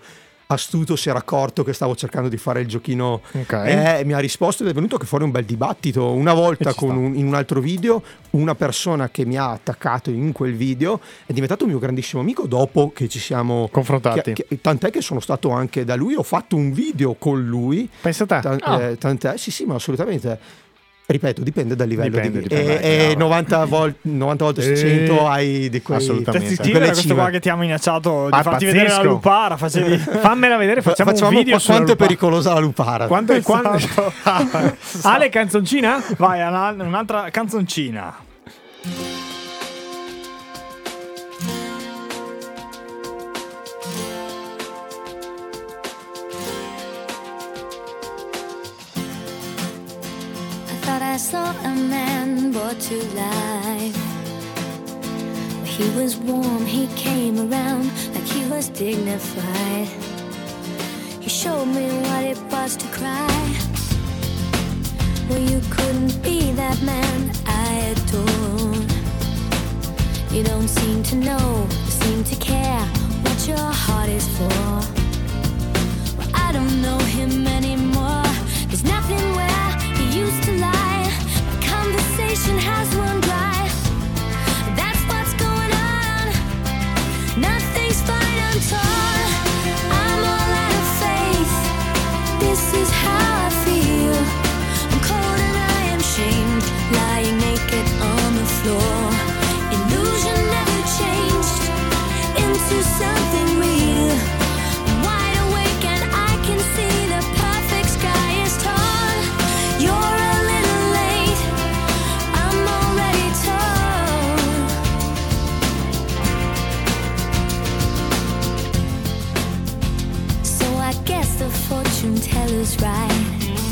astuto si era accorto che stavo cercando di fare il giochino, mi ha risposto ed è venuto fuori un bel dibattito. Una volta in un altro video una persona che mi ha attaccato in quel video è diventato un mio grandissimo amico dopo che ci siamo confrontati, tant'è che sono stato anche da lui, ho fatto un video con lui, pensa te. Tant'è, sì, ma assolutamente. Ripeto, dipende dal livello e 90 volte su 100 hai di quei... Assolutamente. Ti questo qua che ti ha minacciato di farti vedere la lupara. Fammela vedere, facciamo un video quanto è pericolosa la lupara. Quanto Ale, canzoncina? Vai, un'altra canzoncina. I saw a man brought to life. He was warm, he came around like he was dignified. He showed me what it was to cry. Well, you couldn't be that man I adored. You don't seem to know, seem to care what your heart is for. Well, I don't know him anymore. There's nothing where he used to lie. Conversation has run dry. That's what's going on. Nothing's fine, I'm torn. I'm all out of faith. This is how I feel. I'm cold and I am shamed, lying naked on the floor. Illusion never changed into something real. I'm wide awake and I can see the perfect sky is torn. You're a little late, I'm already torn. So I guess the fortune teller's right.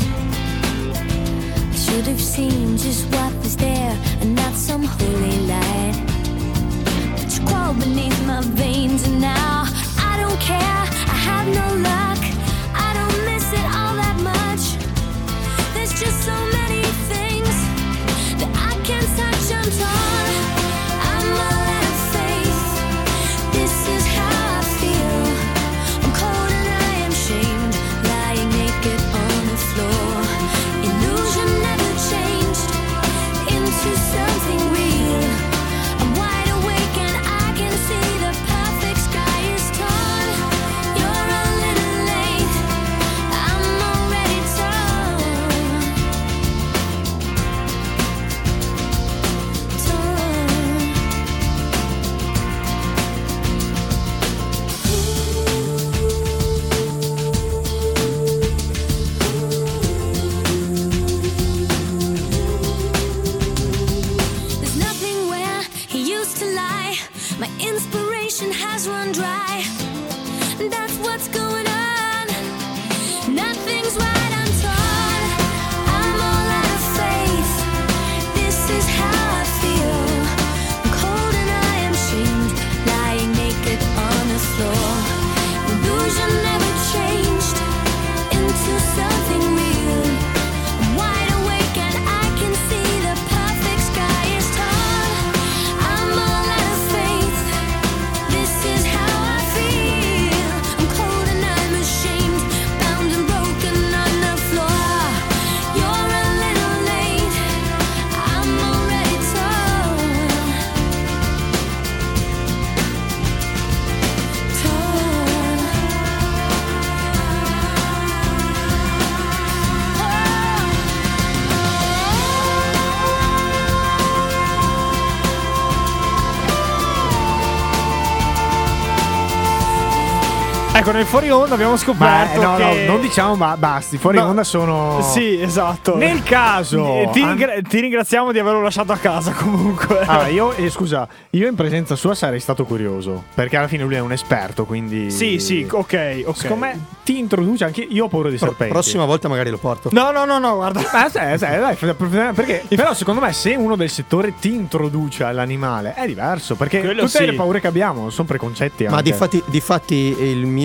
I should have seen just what was there and not some holy light. But you crawl beneath my veins and now I don't care, I have no luck. I don't miss it all that much. There's just so many things that I can't touch, I'm torn. I'm all out of faith. This is how I feel. I'm cold and I am shamed, lying naked on the floor. Illusion never changed into something real. I'm wide awake and I can see the perfect sky is torn. You're a little late, I'm already torn. There's nothing where he used to lie. My inspiration has run dry. That's what's going on. Nothing's right, I'm torn. I'm all out of faith. This is how I feel. I'm cold and I am shamed, lying naked on the floor. Illusion never changed into something real. I'm wide awake and I can see the perfect sky is torn. I'm all out of faith. This is how I feel. I'm cold and I'm ashamed, bound and broken on the floor. You're a little late, I'm already torn. Ecco, nel fuori onda abbiamo scoperto no, che... non diciamo basti, fuori onda sono... Sì, esatto. Nel caso... Ti ringraziamo di averlo lasciato a casa comunque. Allora, io in presenza sua sarei stato curioso, perché alla fine lui è un esperto, quindi... Sì, ok. Secondo me ti introduce anche... Io ho paura di serpenti. Prossima volta magari lo porto. No, guarda. Dai, perché però secondo me se uno del settore ti introduce all'animale è diverso, perché Quello tutte sì. le paure che abbiamo sono preconcetti Ma anche. difatti il mio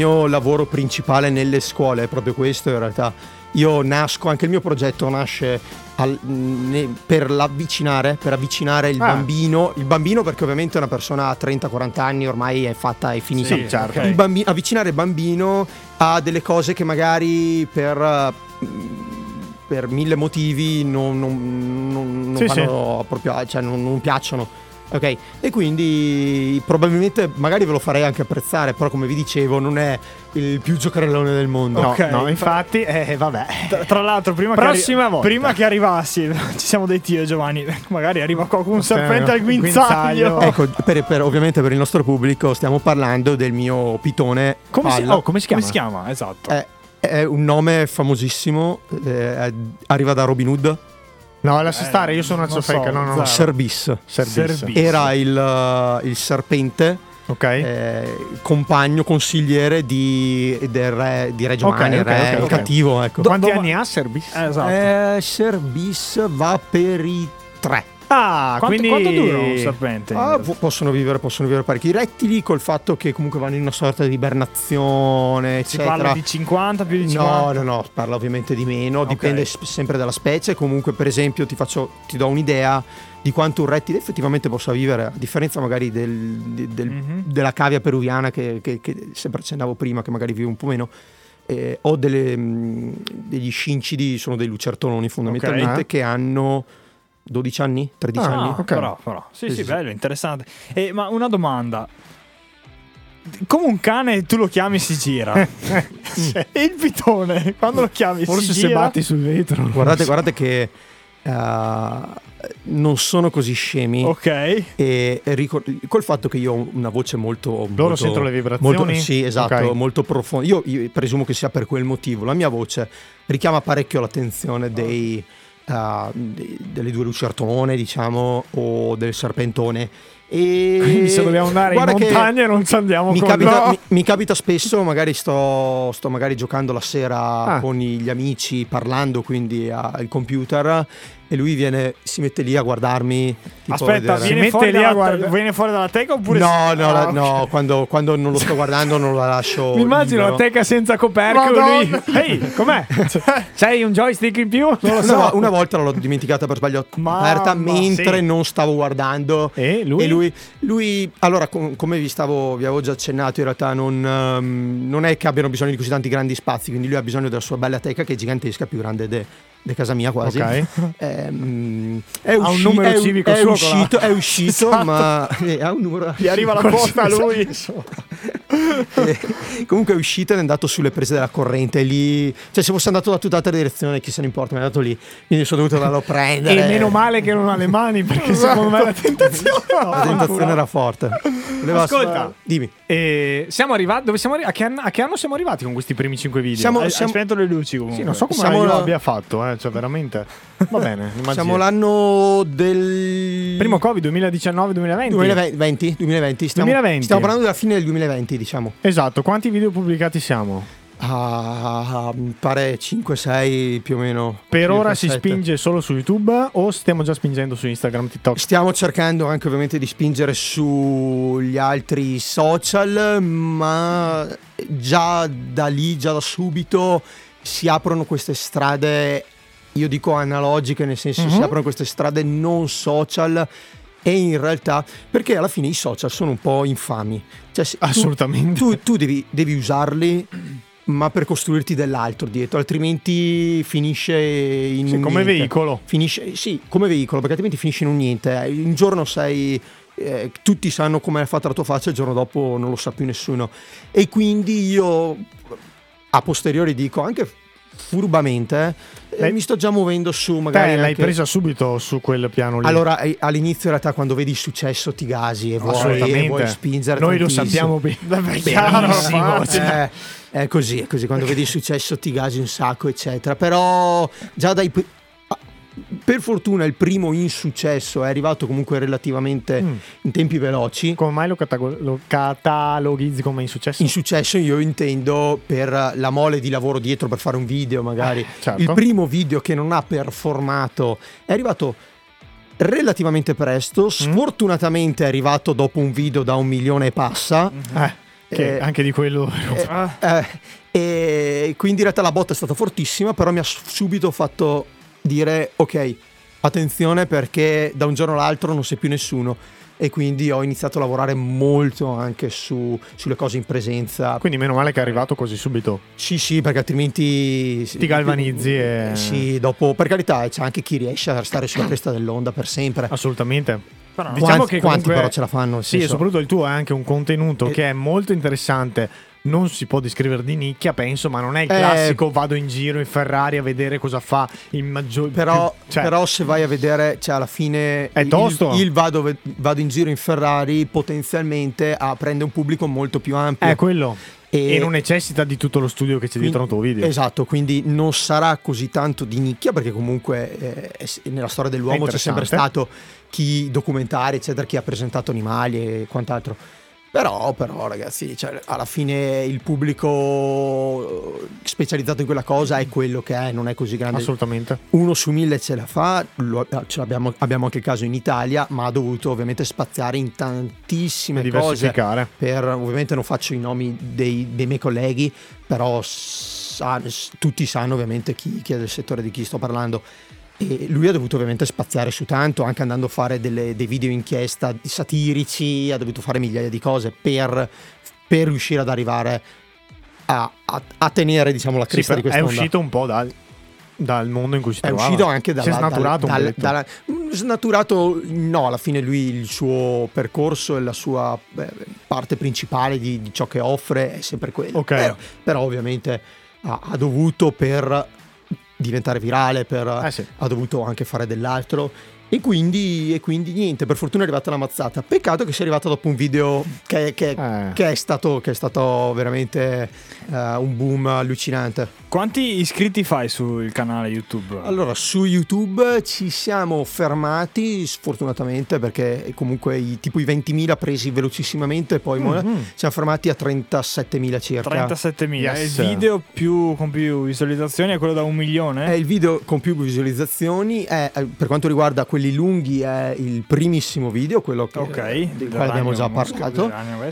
mio lavoro principale nelle scuole è proprio questo in realtà. Io anche il mio progetto nasce per avvicinare il bambino, perché ovviamente una persona a 30-40 anni ormai è fatta e finita. Sì, certo. Avvicinare il bambino a delle cose che magari per 1000 motivi non vanno proprio, cioè non piacciono. Ok, e quindi probabilmente magari ve lo farei anche apprezzare, però come vi dicevo non è il più giocarellone del mondo. No, infatti, vabbè. Tra l'altro, prima che arrivassi, ci siamo detti io e Giovanni, magari arriva qua con un serpente al guinzaglio. Ecco, ovviamente per il nostro pubblico stiamo parlando del mio pitone. Come si chiama? Come si chiama? Esatto. È un nome famosissimo, arriva da Robin Hood. No, lascia stare, io sono una ciofeca. No. Cerbis. Era il serpente, compagno, consigliere di Re Giovanni, il cattivo. Ecco. Quanti anni ha Cerbis? Esatto. Cerbis va per i 3. Quanto dura un serpente? Possono vivere parecchi. I rettili, col fatto che comunque vanno in una sorta di ibernazione, eccetera. Si parla di 50, più di 50? No, parla ovviamente di meno, dipende sempre dalla specie. Comunque, per esempio, ti do un'idea di quanto un rettile effettivamente possa vivere, a differenza magari della cavia peruviana che sempre accennavo prima, che magari vive un po' meno. Ho degli scincidi, sono dei lucertoloni fondamentalmente, che hanno 12 anni, 13 anni. Però. Sì, bello, interessante. Ma una domanda. Come un cane tu lo chiami si gira. E il pitone, quando lo chiami forse si gira? se batti sul vetro. Guardate che non sono così scemi. Ok. E col fatto che io ho una voce molto loro sentono le vibrazioni? Sì, esatto, molto profonda. Io presumo che sia per quel motivo. La mia voce richiama parecchio l'attenzione delle due lucertolone, diciamo, o del serpentone. E quindi se dobbiamo andare in montagna non ci andiamo mi capita spesso, magari sto magari giocando la sera con gli amici, parlando quindi al computer, e lui si mette lì a guardarmi. Aspetta, viene fuori dalla teca oppure no, quando non lo sto guardando non la lascio. Mi immagino la teca senza coperchio. Lui, ehi, com'è? C'hai un joystick in più? Non lo so. Una volta l'ho dimenticata per sbaglio aperta mentre non stavo guardando. E lui allora, come vi avevo già accennato, in realtà non è che abbiano bisogno di così tanti grandi spazi, quindi lui ha bisogno della sua bella teca, che è gigantesca, più grande di casa mia quasi. Ha un numero civico è uscito, esatto. Ma ha un numero, gli arriva la posta a lui. Comunque è uscito ed è andato sulle prese della corrente, lì, cioè se fosse andato da tutt'altra direzione chi se ne importa, mi è andato lì, quindi sono dovuto andarlo a prendere. E meno male che non ha le mani, perché secondo me la tentazione era forte. Ascolta, dimmi. Siamo arrivati, dove siamo arrivati? A che anno siamo arrivati con questi primi 5 video? Hai spento le luci comunque. Sì, non so come abbia fatto, cioè veramente. Va bene. Siamo l'anno del primo Covid, 2019-2020. 2020. Stiamo parlando della fine del 2020, diciamo. Esatto. Quanti video pubblicati siamo? Mi pare 5-6 più o meno. Per ora si spinge solo su YouTube o stiamo già spingendo su Instagram, TikTok? Stiamo cercando anche ovviamente di spingere sugli altri social, ma già da lì, già da subito si aprono queste strade, io dico analogiche, nel senso si aprono queste strade non social. E in realtà, perché alla fine i social sono un po' infami, cioè, assolutamente. Tu devi usarli, ma per costruirti dell'altro dietro, altrimenti finisce in un come niente. Veicolo. Come veicolo, perché altrimenti finisce in un niente. Un giorno tutti sanno come è fatta la tua faccia, il giorno dopo non lo sa più nessuno. E quindi io a posteriori dico, anche furbamente, mi sto già muovendo su magari. L'hai presa subito su quel piano lì. Allora all'inizio in realtà quando vedi il successo ti gasi e vuoi spingere. Noi lo sappiamo benissimo. È così, quando vedi il successo ti gasi un sacco eccetera, però già per fortuna il primo insuccesso è arrivato comunque relativamente in tempi veloci. Come mai lo catalogizzi come insuccesso? Insuccesso io intendo per la mole di lavoro dietro per fare un video magari. Certo. Il primo video che non ha performato è arrivato relativamente presto, sfortunatamente è arrivato dopo un video da 1 milione e passa. Che anche di quello. E quindi in realtà la botta è stata fortissima, però mi ha subito fatto dire ok, attenzione, perché da un giorno all'altro non sei più nessuno. E quindi ho iniziato a lavorare molto anche sulle cose in presenza. Quindi meno male che è arrivato così subito. Sì, perché altrimenti ti galvanizzi e... Sì, dopo, per carità, c'è anche chi riesce a restare sulla cresta dell'onda per sempre. Assolutamente. Però diciamo che quanti comunque, però ce la fanno? Sì, e soprattutto il tuo è anche un contenuto che è molto interessante. Non si può descrivere di nicchia, penso, ma non è il classico vado in giro in Ferrari a vedere cosa fa il maggior. Però se vai a vedere, cioè alla fine è tosto. Il vado in giro in Ferrari potenzialmente prende un pubblico molto più ampio. È quello. E non necessita di tutto lo studio che c'è dietro al tuo video. Esatto, quindi non sarà così tanto di nicchia, perché comunque nella storia dell'uomo c'è sempre stato chi documentari, eccetera, chi ha presentato animali e quant'altro. Però ragazzi, cioè, alla fine il pubblico specializzato in quella cosa è quello che è, non è così grande. Assolutamente. 1 su 1000 ce la fa, abbiamo anche il caso in Italia, ma ha dovuto ovviamente spaziare in tantissime cose. Ovviamente non faccio i nomi dei miei colleghi, però tutti sanno ovviamente chi è del settore di chi sto parlando. E lui ha dovuto ovviamente spaziare su tanto, anche andando a fare dei video inchiesta satirici, ha dovuto fare migliaia di cose per riuscire ad arrivare a tenere, diciamo, la cresta di questa onda. È uscito un po' dal mondo in cui si trovava. È uscito anche si è snaturato snaturato, no, alla fine lui, il suo percorso e la sua parte principale di ciò che offre è sempre quello. Okay. Però ovviamente ha dovuto, per diventare virale, ha dovuto anche fare dell'altro, e quindi niente, per fortuna è arrivata la mazzata. Peccato che sia arrivata dopo un video che è stato veramente un boom allucinante. Quanti iscritti fai sul canale YouTube? Allora, su YouTube ci siamo fermati sfortunatamente, perché comunque i 20.000 presi velocissimamente, poi siamo fermati a 37.000 circa. 37.000. Yes. Il video con più visualizzazioni è quello da 1 milione? È il video con più visualizzazioni, per quanto riguarda quelli lunghi è il primissimo video, quello del quale abbiamo già parlato.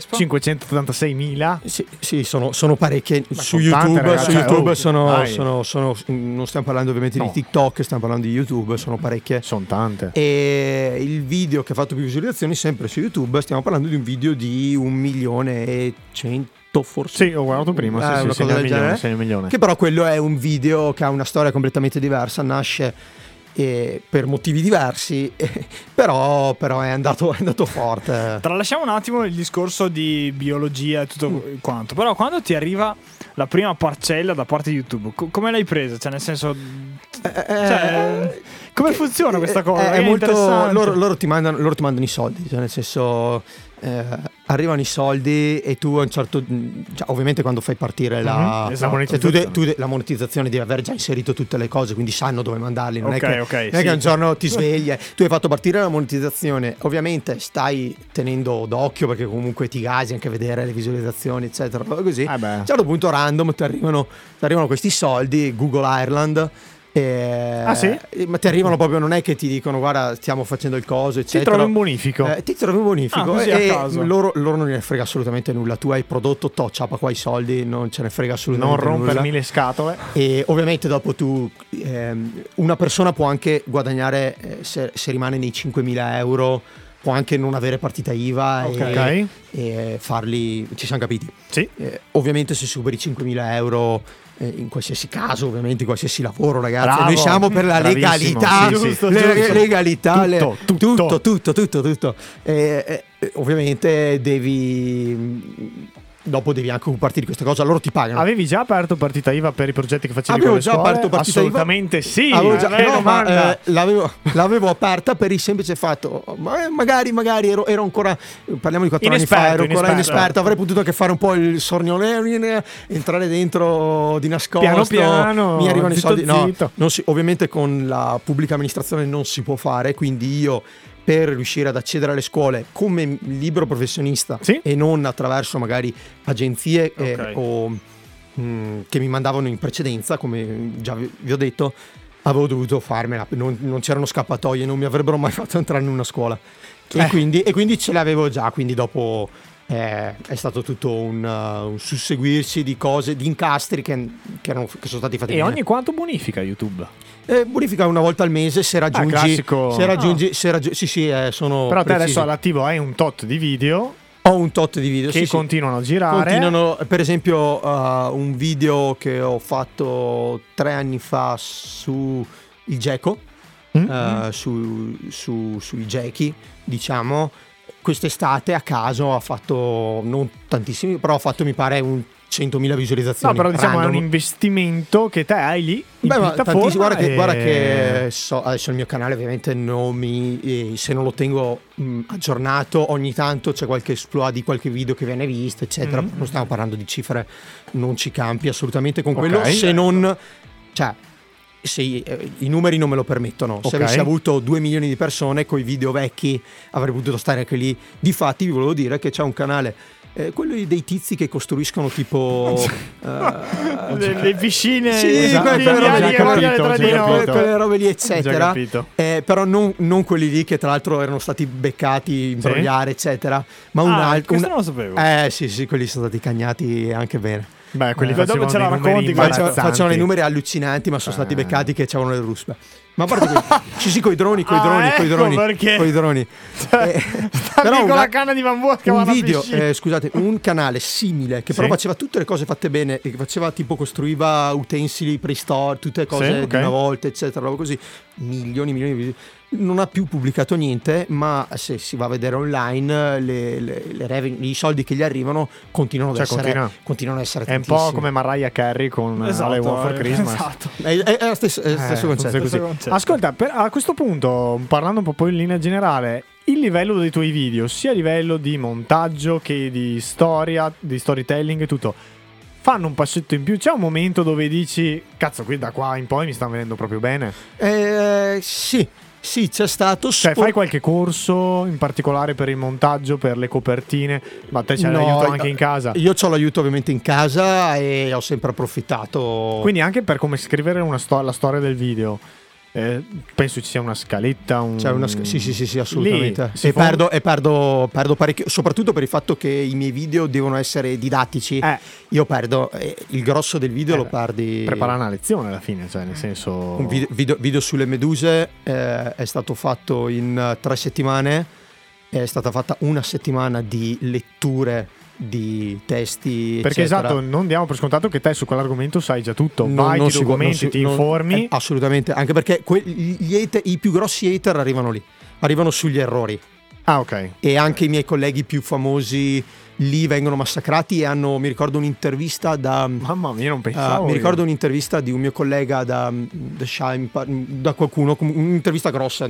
586.000. Sì, sono parecchie. Su tante, YouTube, ragazzi, su YouTube sono, non stiamo parlando ovviamente di TikTok, stiamo parlando di YouTube, sono parecchie. Sono tante. E il video che ha fatto più visualizzazioni, sempre su YouTube, stiamo parlando di un video di 1.100.000 forse. Sì, ho guardato prima, sì, un milione. Che però quello è un video che ha una storia completamente diversa, nasce per motivi diversi, però è andato forte. Tralasciamo un attimo il discorso di biologia e tutto quanto, però quando ti arriva la prima parcella da parte di YouTube, come l'hai presa? Cioè, nel senso, come funziona questa cosa? È molto, loro ti mandano i soldi, cioè nel senso, arrivano i soldi e tu a un certo, cioè, ovviamente quando fai partire la monetizzazione, la monetizzazione devi aver già inserito tutte le cose, quindi sanno dove mandarli, non è che un giorno ti svegli, tu hai fatto partire la monetizzazione, ovviamente stai tenendo d'occhio, perché comunque ti gasi anche a vedere le visualizzazioni eccetera, così. A un certo punto random ti arrivano questi soldi, Google Ireland. Sì? Ma ti arrivano proprio, non è che ti dicono guarda stiamo facendo il coso eccetera. Ti trovi un bonifico. Ti trovi un bonifico così e a caso. loro non ne frega assolutamente nulla. Tu hai prodotto, ciapa qua i soldi, non ce ne frega assolutamente nulla. Non rompermi nulla. le scatole. E ovviamente dopo tu una persona può anche guadagnare, se rimane nei 5.000 euro, può anche non avere partita IVA e farli, ci siamo capiti. Sì. Ovviamente se superi 5.000 euro, in qualsiasi caso, ovviamente in qualsiasi lavoro, ragazzi, Bravo, noi siamo per la legalità, giusto. legalità, tutto. Ovviamente dopo devi anche occuparti di questa cosa, loro ti pagano. Avevi già aperto partita IVA per i progetti che facevi Avevo con le già scuole? aperto partita Assolutamente IVA. sì. L'avevo aperta per il semplice fatto, magari ero ancora, parliamo di 4 anni fa, ero ancora inesperto, avrei potuto anche fare un po' il sornione, entrare dentro di nascosto, piano, mi arrivano i soldi. zitto. No, ovviamente con la pubblica amministrazione non si può fare, quindi io, per riuscire ad accedere alle scuole come libero professionista e non attraverso magari agenzie o che mi mandavano in precedenza, come già vi ho detto, avevo dovuto farmela, non c'erano scappatoie, non mi avrebbero mai fatto entrare in una scuola e quindi ce l'avevo già, quindi dopo è stato tutto un susseguirsi di cose, di incastri che sono stati fatti E bene. ogni quanto bonifica YouTube? Bonifica una volta al mese se raggiungi, classico. sì, sono Però te precisi. adesso all'attivo hai un tot di video Ho un tot di video che sì, continuano a girare. continuano, per esempio un video che ho fatto 3 anni fa su il Geco, sui Gechi, diciamo. Quest'estate a caso ha fatto non tantissimi, però ha fatto mi pare un 100.000 visualizzazioni. No, però diciamo è un random. investimento che te hai lì in Beh, ma piattaforma. guarda che adesso il mio canale ovviamente se non lo tengo aggiornato, ogni tanto c'è qualche exploit di qualche video che viene visto, eccetera. Non stiamo parlando di cifre, non ci campi assolutamente con quello, se non, cioè, se i numeri non me lo permettono. Se avessi avuto 2 milioni di persone con i video vecchi avrei potuto stare anche lì. Difatti vi volevo dire che c'è un canale, quello dei tizi che costruiscono tipo le piscine, sì, quelle robe lì, eccetera. Però non quelli lì che tra l'altro erano stati beccati, imbrogliare, eccetera. Ma un altro. Questo non lo sapevo. Sì, quelli sono stati cagnati anche bene. Beh, quelli dopo ce la racconti, facciano dei numeri allucinanti, ma sono stati beccati che c'erano le ruspe. Ma a parte sì, coi droni. Però con la canna di bambù un video, scusate, un canale simile che però faceva tutte le cose fatte bene e che faceva tipo costruiva utensili preistorici, tutte le cose di una volta, eccetera, roba così, milioni di video. Non ha più pubblicato niente, ma se si va a vedere online i soldi che gli arrivano continuano ad essere È tantissimi. un po' come Mariah Carey con All I Want for Christmas. Esatto. È lo stesso concetto. Ascolta, a questo punto, parlando un po' in linea generale, il livello dei tuoi video, sia a livello di montaggio che di storia, di storytelling e tutto, fanno un passetto in più? C'è un momento dove dici, cazzo, qui da qua in poi mi stanno venendo proprio bene? Sì, c'è stato. Cioè, fai qualche corso in particolare per il montaggio, per le copertine? Ma te c'è l'aiuto anche in casa? Io ho l'aiuto ovviamente in casa e ho sempre approfittato. Quindi anche per come scrivere la storia del video, penso ci sia una scaletta. Sì, assolutamente. Perdo parecchio, soprattutto per il fatto che i miei video devono essere didattici. Io perdo il grosso del video, lo perdi. Prepara una lezione alla fine, cioè nel senso. Un video sulle meduse è stato fatto in 3 settimane. È stata fatta una settimana di letture di testi, perché eccetera. Esatto, non diamo per scontato che te su quell'argomento sai già tutto. Vai, ti documenti, ti informi. Assolutamente, anche perché i più grossi hater arrivano lì, arrivano sugli errori. Ok. E anche i miei colleghi più famosi lì vengono massacrati e mi ricordo un'intervista mamma mia, non pensavo. mi ricordo un'intervista di un mio collega da qualcuno, un'intervista grossa,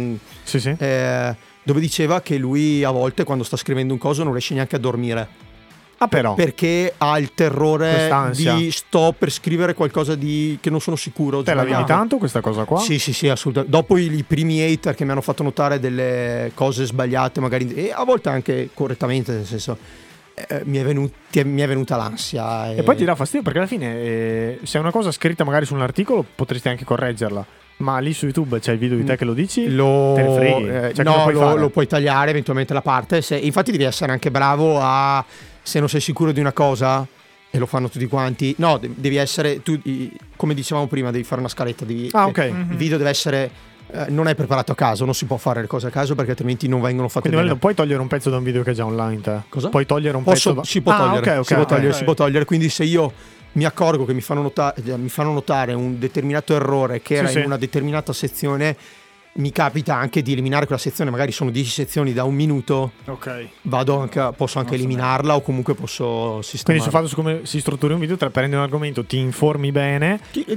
dove diceva che lui a volte quando sta scrivendo un coso non riesce neanche a dormire. Però perché ha il terrore quest'ansia. di sto per scrivere qualcosa che non sono sicuro. Te la vivi tanto questa cosa qua? Sì, assolutamente. Dopo i primi hater che mi hanno fatto notare delle cose sbagliate, magari, e a volte anche correttamente, nel senso, mi è venuta l'ansia. E poi ti dà fastidio perché alla fine se è una cosa scritta magari su un articolo potresti anche correggerla. Ma lì su YouTube c'è il video di te che lo dici? Te ne freghi? Lo puoi tagliare eventualmente la parte. Infatti devi essere anche bravo se non sei sicuro di una cosa, e lo fanno tutti quanti, devi essere tu, come dicevamo prima, devi fare una scaletta. Il video deve essere non è preparato a caso, non si può fare le cose a caso perché altrimenti non vengono fatte. Quindi bene. Non puoi togliere un pezzo da un video che è già online, te? Cosa? Puoi togliere un pezzo si può togliere, si può togliere. Quindi se io mi accorgo che mi fanno notare un determinato errore che era in una determinata sezione, mi capita anche di eliminare quella sezione, magari sono 10 sezioni da 1 minuto. Posso anche eliminarla o comunque posso sistemarla. Quindi sul fatto su come si struttura un video, prendi un argomento, ti informi bene.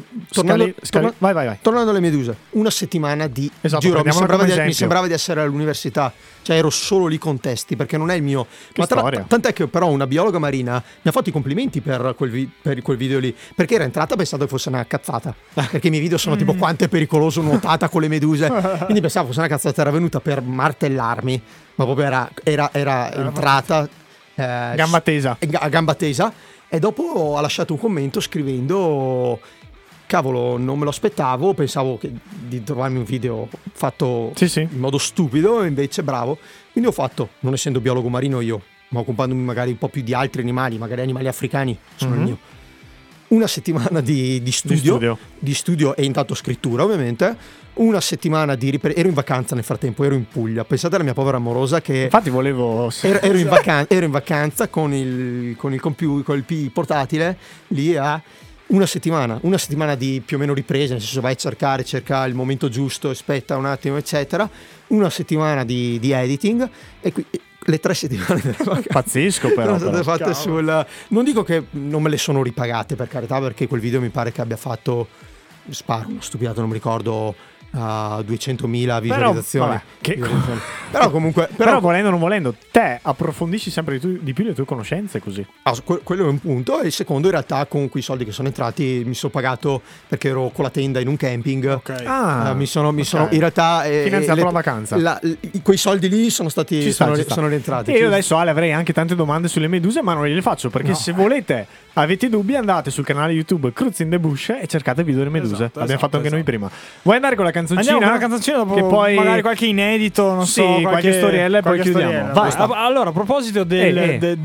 Vai. Tornando alle meduse, una settimana di giro, mi sembrava di essere all'università, cioè ero solo lì con testi perché non è il mio. Tant'è che però una biologa marina mi ha fatto i complimenti per quel video lì, perché era entrata pensando che fosse una cazzata, perché i miei video sono tipo quanto è pericoloso nuotata con le meduse. Quindi pensavo fosse una cazzata, era venuta per martellarmi, ma proprio era entrata a gamba tesa, e dopo ha lasciato un commento scrivendo: cavolo, non me lo aspettavo, pensavo di trovarmi un video fatto in modo stupido, e invece bravo. Quindi ho fatto, non essendo biologo marino io, ma occupandomi magari un po' più di altri animali, magari animali africani, sono il mio. Una settimana di studio e intanto scrittura, ovviamente. Una settimana di ripresa. Ero in vacanza nel frattempo, ero in Puglia. Pensate alla mia povera amorosa che. Infatti volevo. Ero in vacanza con il computer, con il P portatile lì a una settimana di più o meno riprese, nel senso vai a cerca il momento giusto, aspetta un attimo, eccetera. Una settimana di editing e qui. Le 3 settimane delle vacanze Pazzesco, però. Sono state fatte non dico che non me le sono ripagate, per carità, perché quel video mi pare che abbia fatto, sparo uno stupidato, non mi ricordo, 200.000 visualizzazioni. Però comunque però volendo o non volendo, te approfondisci sempre di più le tue conoscenze così. Quello è un punto. E il secondo, in realtà, con quei soldi che sono entrati mi sono pagato, perché ero con la tenda in un camping. Mi sono in realtà finanziato la vacanza. Quei soldi lì sono stati sono rientrati. E io adesso, Ale, avrei anche tante domande sulle meduse, ma non le faccio, perché se volete, avete dubbi, andate sul canale YouTube Cruz in the Bush e cercate video delle meduse. L'abbiamo fatto anche noi prima. Vuoi andare con la canzoncina? Andiamo con la canzoncina, dopo che poi magari qualche inedito, non so, qualche storiella e poi chiudiamo. Vai. Allora, a proposito del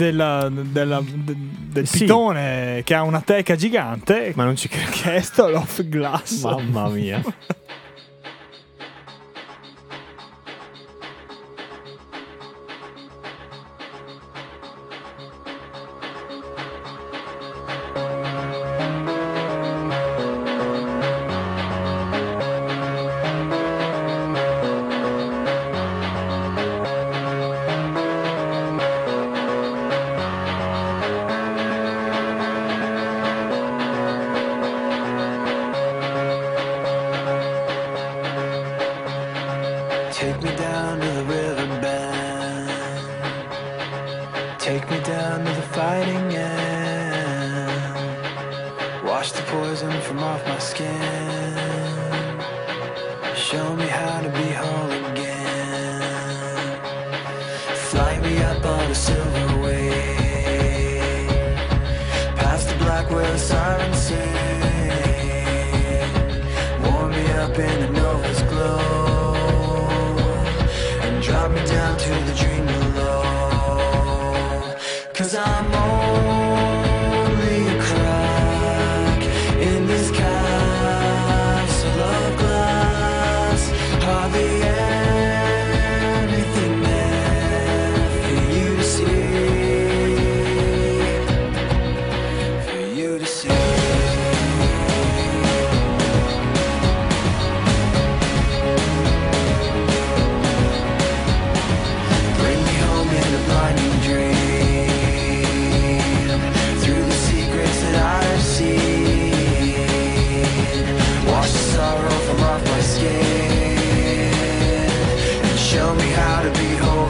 pitone che ha una teca gigante, ma non ci credo, che è Stall of Glass. Mamma mia. Take me down to the riverbed. Take me down to the fighting end. Wash the poison from off my skin. Show me how to be whole again. Fly me up on a silver wave. Past the black where the sirens sing. Warm me up in the Nova's glow. Drop me down to the dream below. 'Cause I'm only a crack in this castle of glass. Hardly anything there for you to see. For you to see. Show me how to be whole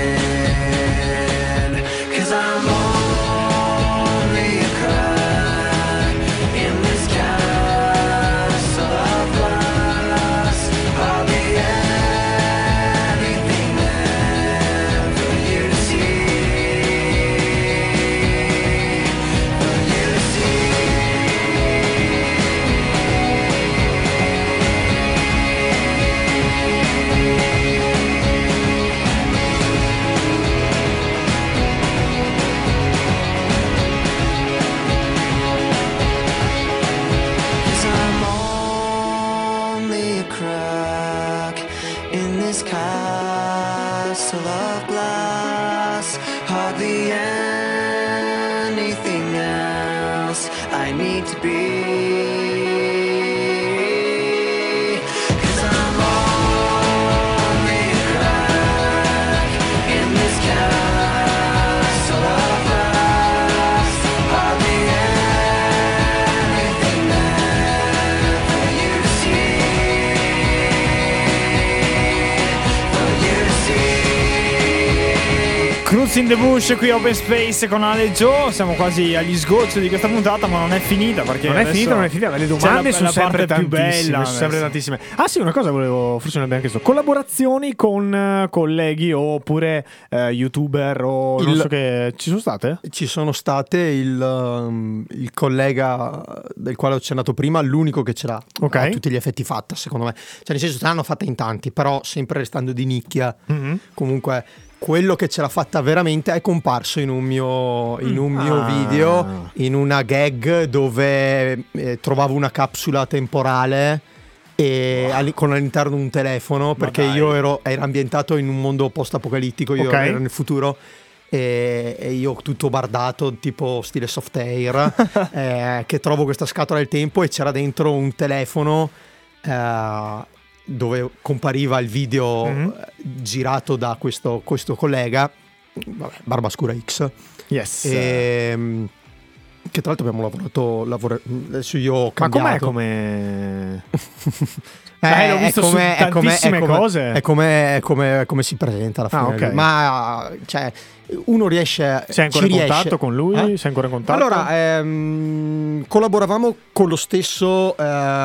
again. 'Cause I'm only a crack in this castle of glass. Hardly anything there for you to see. For you to see. Castle of glass, hardly anything else I need to be. 'Cause I'm only a crack in this castle of glass, hardly anything there for you to see. Cruz in the Bush qui a Open Space con Ale e Joe. Siamo quasi agli sgocci di questa puntata, ma non è finita, perché non è finita. Le domande sono sempre più bella, sempre tantissime. Ah sì, una cosa volevo, forse non abbiamo chiesto: collaborazioni con colleghi oppure youtuber o non so che ci sono state? Ci sono state. Il collega del quale ho accennato prima, l'unico che ce l'ha a tutti gli effetti fatta, secondo me. Cioè, nel senso, ce l'hanno fatta in tanti, però sempre restando di nicchia. Comunque quello che ce l'ha fatta veramente è comparso in un mio video, in una gag dove trovavo una capsula temporale con all'interno un telefono, perché io ero ambientato in un mondo post-apocalittico, io ero nel futuro e io tutto bardato tipo stile soft air che trovo questa scatola del tempo e c'era dentro un telefono dove compariva il video girato da questo collega, Barba Scura X, che tra l'altro abbiamo lavorato adesso io ho cambiato. Ma com'è? L'ho visto su tantissime cose. È come si presenta alla fine. Okay. Ma cioè uno riesce. Sei ancora in contatto con lui? Sei ancora in contatto? Allora collaboravamo con lo stesso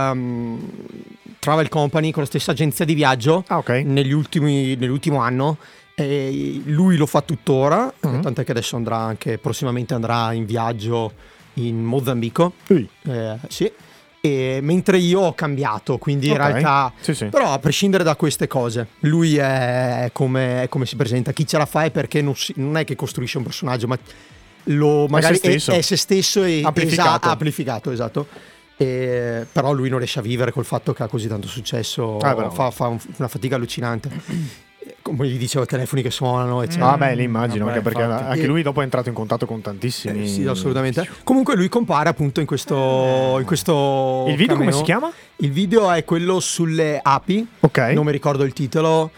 travel company, con la stessa agenzia di viaggio nell'ultimo anno. Lui lo fa tuttora, tant'è che adesso prossimamente andrà in viaggio in Mozambico. Sì. Mentre io ho cambiato, quindi in realtà però a prescindere da queste cose, lui è come si presenta, chi ce la fa è perché non è che costruisce un personaggio, ma magari è se stesso e amplificato, esatto. Però lui non riesce a vivere col fatto che ha così tanto successo, fa una fatica allucinante. Come gli dicevo, telefoni che suonano, eccetera. Lì immagino, perché anche lui dopo è entrato in contatto con tantissimi. Sì, assolutamente. Comunque lui compare appunto in questo Il video cameo. come si chiama? Il video è quello sulle api. Non mi ricordo il titolo.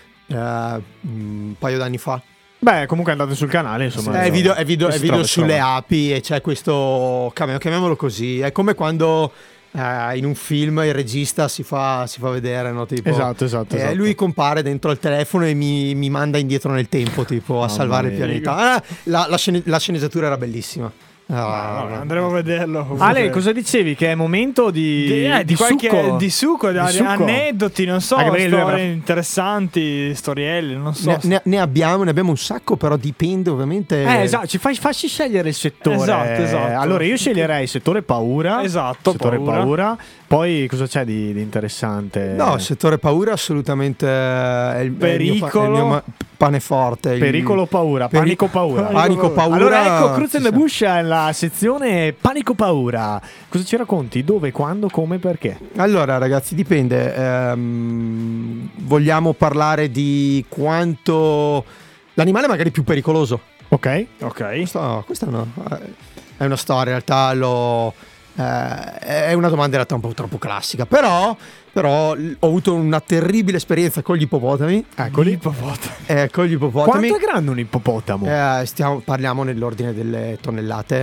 Un paio d'anni fa. Beh, comunque andate sul canale, insomma. È video sulle api e c'è questo cameo, chiamiamolo così. È come quando in un film il regista si fa vedere, no? Tipo, esatto. Lui compare dentro al telefono e mi manda indietro nel tempo, tipo a salvare il pianeta. La sceneggiatura era bellissima. Andremo a vederlo. Ale, cosa dicevi? Che è momento di succo, aneddoti, non so, storie interessanti, storielle, non so. Ne abbiamo un sacco, però dipende ovviamente. Esatto, facci scegliere il settore. Esatto. Allora io sceglierei il settore paura. Esatto, paura. Poi cosa c'è di interessante? No, il settore paura assolutamente è il pericolo. il mio pane forte. Pericolo paura, panico paura. Panico paura. Allora ecco Cruz and the Bush è la sezione panico paura. Cosa ci racconti? Dove, quando, come, perché? Allora ragazzi, dipende. Vogliamo parlare di quanto l'animale magari più pericoloso. Ok. Questa è una storia, in realtà è una domanda in realtà un po' troppo classica, però ho avuto una terribile esperienza con gli ippopotami. Con gli ippopotami. Quanto è grande un ippopotamo? Parliamo nell'ordine delle tonnellate.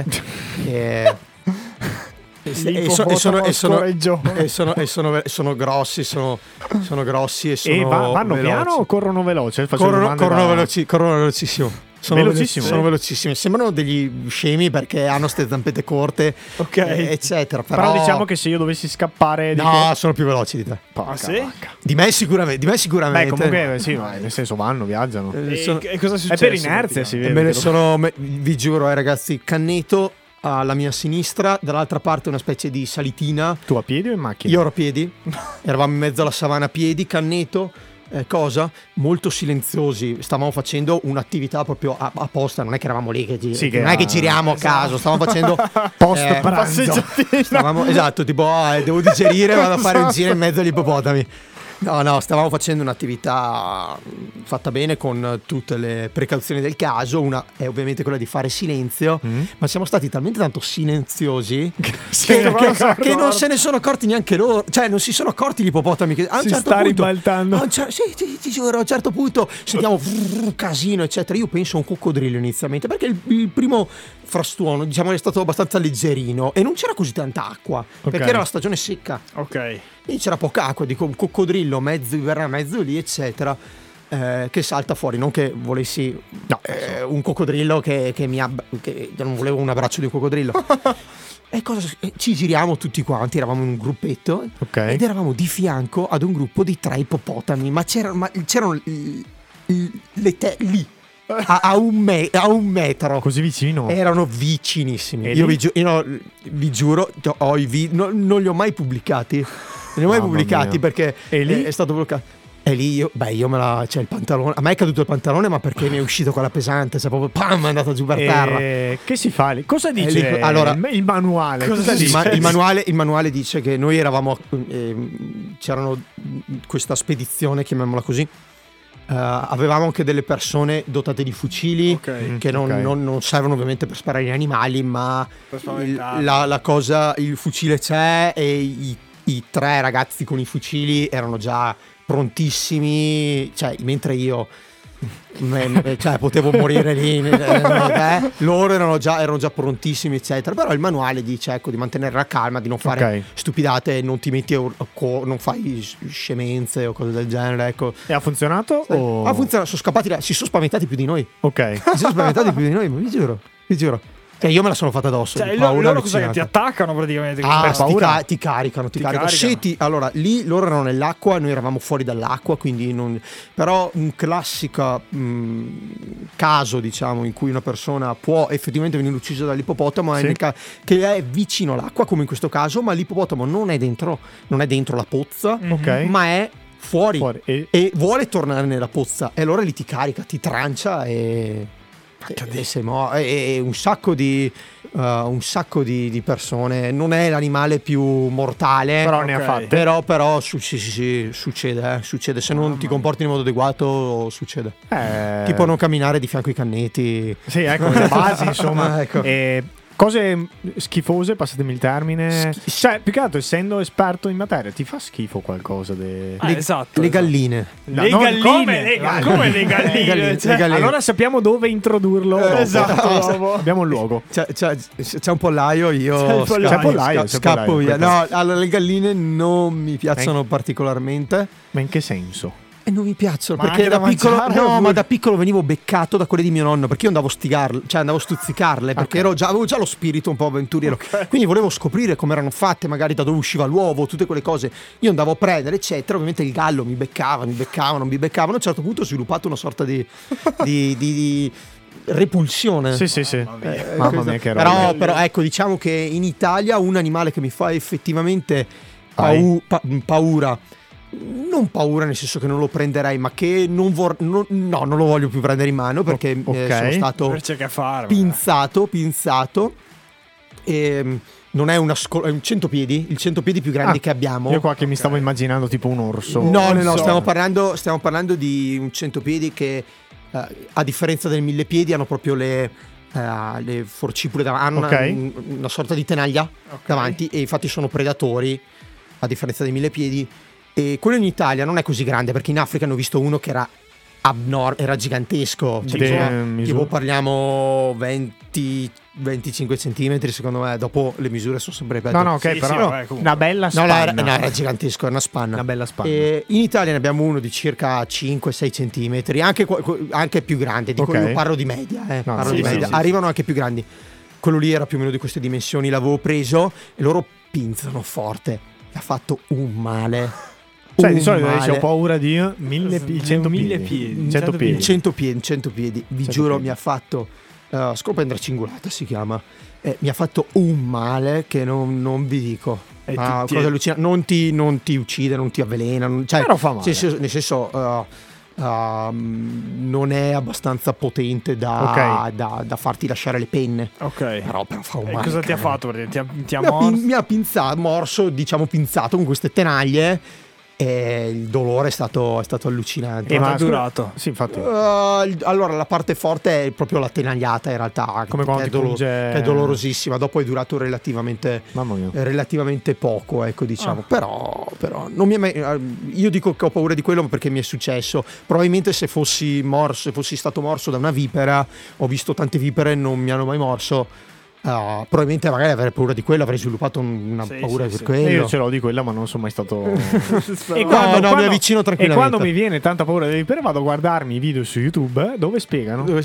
Sono grossi, sono grossi e sono vanno veloci. piano o corrono veloce? Corrono velocissimo. Sono velocissimi. Sembrano degli scemi perché hanno ste zampette corte, eccetera. Però diciamo che se io dovessi scappare sono più veloci di te. Sì? Di me sicuramente. Beh, comunque sì, nel senso viaggiano. E cosa succede? È per inerzia, si vede. Vi giuro, ragazzi, Canneto alla mia sinistra, dall'altra parte una specie di salitina. Tu a piedi o in macchina? Io ero a piedi. Eravamo in mezzo alla savana a piedi, Canneto. Molto silenziosi, stavamo facendo un'attività proprio apposta, non è che eravamo lì non è che giriamo a caso, stavamo facendo post pranzo. Esatto, tipo devo digerire, vado a fare un giro in mezzo agli ippopotami. No, stavamo facendo un'attività fatta bene con tutte le precauzioni del caso. Una è ovviamente quella di fare silenzio, ma siamo stati talmente tanto silenziosi che non se ne sono accorti neanche loro. Cioè non si sono accorti gli ippopotami che a un certo punto ribaltando. Ti giuro, a un certo punto sentiamo casino eccetera. Io penso a un coccodrillo inizialmente, perché il primo frastuono diciamo è stato abbastanza leggerino e non c'era così tanta acqua, perché era la stagione secca. Quindi c'era poca acqua, dico un coccodrillo mezzo lì eccetera, che salta fuori, non che volessi un coccodrillo che non volevo un abbraccio di un coccodrillo. Ci giriamo tutti quanti, eravamo in un gruppetto ed eravamo di fianco ad un gruppo di 3 ippopotami, ma c'erano lì a un metro, così vicino, erano vicinissimi. Io vi giuro, ho i video, non li ho mai pubblicati. Perché è stato bloccato. E lì io cioè il pantalone, a me è caduto il pantalone, ma perché mi è uscito quella pesante, cioè proprio pam, è andato giù per terra. Che si fa lì? Cosa dice lì, allora, il manuale? Cosa dice? Il manuale dice che noi eravamo c'erano questa spedizione, chiamiamola così. Avevamo anche delle persone dotate di fucili che non servono ovviamente per sparare agli animali, ma la cosa, il fucile c'è e i 3 ragazzi con i fucili erano già prontissimi, cioè mentre io cioè, potevo morire lì, loro erano già prontissimi, eccetera. Però il manuale dice, ecco, di mantenere la calma, di non fare stupidate, non ti metti non fai scemenze o cose del genere, ecco. E ha funzionato? Ha funzionato, sono scappati, si sono spaventati più di noi. Ok. Si sono spaventati più di noi, vi giuro. Cioè, io me la sono fatta addosso. Cioè, loro cosa che ti attaccano praticamente? Per paura? Ti caricano. Allora, lì loro erano nell'acqua, noi eravamo fuori dall'acqua, quindi però un classico caso, diciamo, in cui una persona può effettivamente venire uccisa dall'ippopotamo è che è vicino all'acqua, come in questo caso, ma l'ippopotamo non è dentro la pozza, ma è fuori. E vuole tornare nella pozza, e allora lì ti carica, ti trancia e un sacco di persone. Non è l'animale più mortale, però ne ha fatte. Però succede. Se non ti comporti in modo adeguato succede. Tipo non camminare di fianco ai canneti. Sì, ecco, le basi, insomma. Ecco. Cose schifose, passatemi il termine. Cioè, più che altro, essendo esperto in materia, ti fa schifo qualcosa? Esatto. Le galline. Le galline? Come le galline? Le galline. Allora sappiamo dove introdurlo. Esatto. Abbiamo un luogo. C'è un pollaio, io scappo via. No, allora le galline non mi piacciono particolarmente. Ma in che senso? E non mi piacciono, perché da piccolo ma da piccolo venivo beccato da quelle di mio nonno, perché io andavo andavo a stuzzicarle, perché avevo già lo spirito un po' avventuriero, quindi volevo scoprire come erano fatte, magari da dove usciva l'uovo, tutte quelle cose. Io andavo a prendere, eccetera. Ovviamente il gallo mi beccava, non mi beccavano. A un certo punto ho sviluppato una sorta di repulsione. Sì. Mamma mia, che roba. Però ecco, diciamo che in Italia un animale che mi fa effettivamente paura, non paura nel senso che non lo prenderei, ma che non lo voglio più prendere in mano, perché sono stato pinzato e non è è un centopiedi, il centopiedi più grande che abbiamo. Io qua che mi stavo immaginando tipo un orso. No, stiamo parlando di un centopiedi che a differenza del millepiedi hanno proprio le forcipule hanno una sorta di tenaglia davanti, e infatti sono predatori a differenza dei millepiedi. E quello in Italia non è così grande, perché in Africa hanno visto uno che era era gigantesco, tipo parliamo 20-25 centimetri secondo me. Dopo le misure sono sempre ripetute. Però una bella spanna. Era gigantesco, era una spanna. Una bella spanna. E in Italia ne abbiamo uno di circa 5-6 centimetri, anche più grande. Io parlo di media, media. Arrivano anche più grandi. Quello lì era più o meno di queste dimensioni, l'avevo preso e loro pinzano forte. Mi ha fatto un male. Cioè, di solito ho paura di 100 piedi. 100 piedi. Vi giuro, mi ha fatto scolopendra cingolata si chiama. Mi ha fatto un male che non vi dico. Cosa allucinante. Non ti uccide, non ti avvelena. Però fa male. Nel senso, non è abbastanza potente da farti lasciare le penne. Però fa un male. Cosa ti ha fatto? Mi ha pinzato con queste tenaglie. E il dolore è stato allucinante. E ma ha durato? Sì, infatti. Allora la parte forte è proprio la tenagliata, in realtà, come quando che è dolorosissima. Dopo è durato relativamente poco, ecco, diciamo. Però non mi è mai, io dico che ho paura di quello perché mi è successo. Probabilmente se fossi stato morso da una vipera, ho visto tante vipere e non mi hanno mai morso. Probabilmente magari avrei paura di quello, avrei sviluppato una paura per quello. Io ce l'ho di quella, ma non sono mai stato. Quando mi avvicino tranquillamente. E quando mi viene tanta paura delle vipere, vado a guardarmi i video su YouTube dove spiegano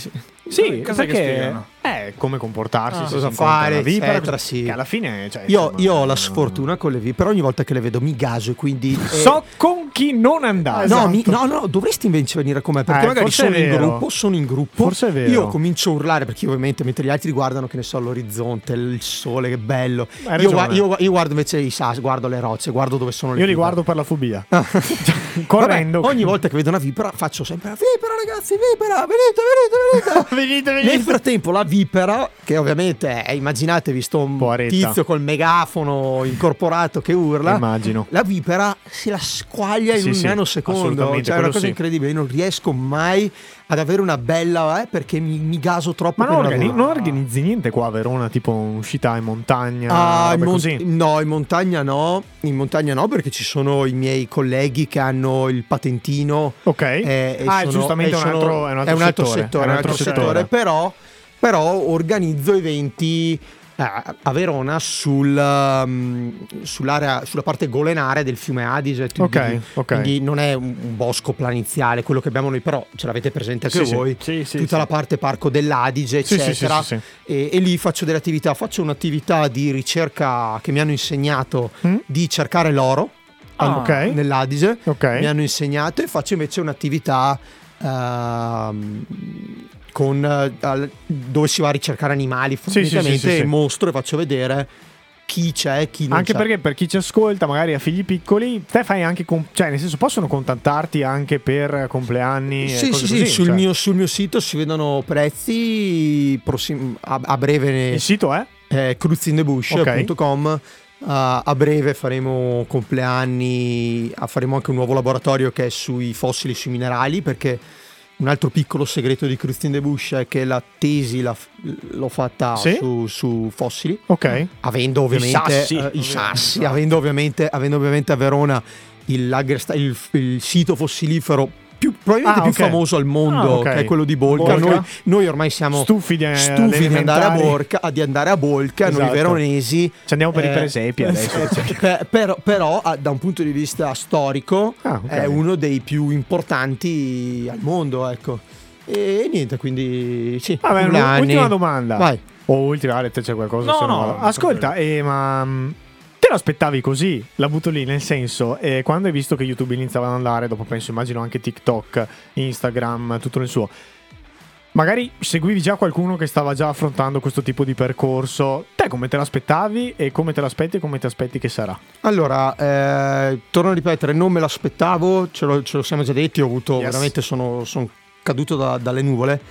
Sì, Cos'è che perché spiegano? come comportarsi, se cosa si incontra fare, una vipera, eccetera, sì. che alla fine, cioè, Io insomma, ho la sfortuna con le vipere, ogni volta che le vedo mi gaso e quindi... so con chi non andare. No, dovresti invece venire con me perché magari forse è vero. sono in gruppo. Forse è vero. Io comincio a urlare perché io ovviamente mentre gli altri guardano, che ne so, l'orizzonte, il sole, che bello. Hai Io, ragione. io guardo invece i sassi, guardo le rocce, guardo dove sono le Io li vipere. guardo per la fobia. Vabbè, Correndo. ogni volta che vedo una vipera faccio sempre vipera, ragazzi, vipera, venite. venite. Nel frattempo la vipera, che ovviamente immaginatevi sto un Poveretta. tizio col megafono incorporato che urla, Immagino. la vipera se la squaglia in Sì, un sì, nanosecondo, assolutamente, cioè è una quello cosa sì. incredibile. Io non riesco mai ad avere una bella perché mi gaso troppo. Ma non, per lavoro. non organizzi niente qua a Verona, tipo un'uscita in montagna? Ah, robe così? no, in montagna no, perché ci sono i miei colleghi che hanno il patentino. Ok. E giustamente è un altro settore. Però organizzo eventi a Verona sulla parte golenare del fiume Adige. Ok. Quindi non è un bosco planiziale quello che abbiamo noi, però ce l'avete presente anche Sì, voi. sì, sì, Tutta sì. la parte parco dell'Adige, Sì, eccetera. sì. E lì faccio delle attività. Faccio un'attività di ricerca che mi hanno insegnato di cercare l'oro Ok. nell'Adige. Ok. Mi hanno insegnato, e faccio invece un'attività dove si va a ricercare animali fondamentalmente, sì. e mostro e faccio vedere chi c'è e chi non Anche c'è. perché per chi ci ascolta, magari ha figli piccoli, te fai anche, cioè nel senso possono contattarti anche per compleanni? Sì, cose sì, così, sul cioè. mio sito si vedono prezzi a breve. Il sito è? Cruisinthebush.com. A breve faremo compleanni, faremo anche un nuovo laboratorio che è sui fossili, sui minerali, perché un altro piccolo segreto di Cruise in the Bush è che la tesi l'ho fatta Sì? su fossili, Ok. avendo ovviamente I sassi. avendo ovviamente a Verona il sito fossilifero probabilmente più ok. famoso al mondo, Ok. che è quello di Bolca. Bolca. Noi ormai siamo Stufi di andare a Bolca, noi Esatto. veronesi. Ci andiamo per i presepi adesso. Però da un punto di vista storico Ok. è uno dei più importanti al mondo, ecco. E niente, quindi sì. Vabbè, compleanni. ultima domanda. Vai. O ultima, Ale, c'è qualcosa? No, Se no, ascolta, ma te lo aspettavi così? La butto lì, nel senso, quando hai visto che YouTube iniziava ad andare, dopo penso immagino anche TikTok, Instagram, tutto nel suo, magari seguivi già qualcuno che stava già affrontando questo tipo di percorso. Te come te l'aspettavi e come te l'aspetti e come ti aspetti che sarà? Allora, torno a ripetere, non me l'aspettavo, ce lo siamo già detti, ho avuto Yes. veramente sono caduto dalle nuvole.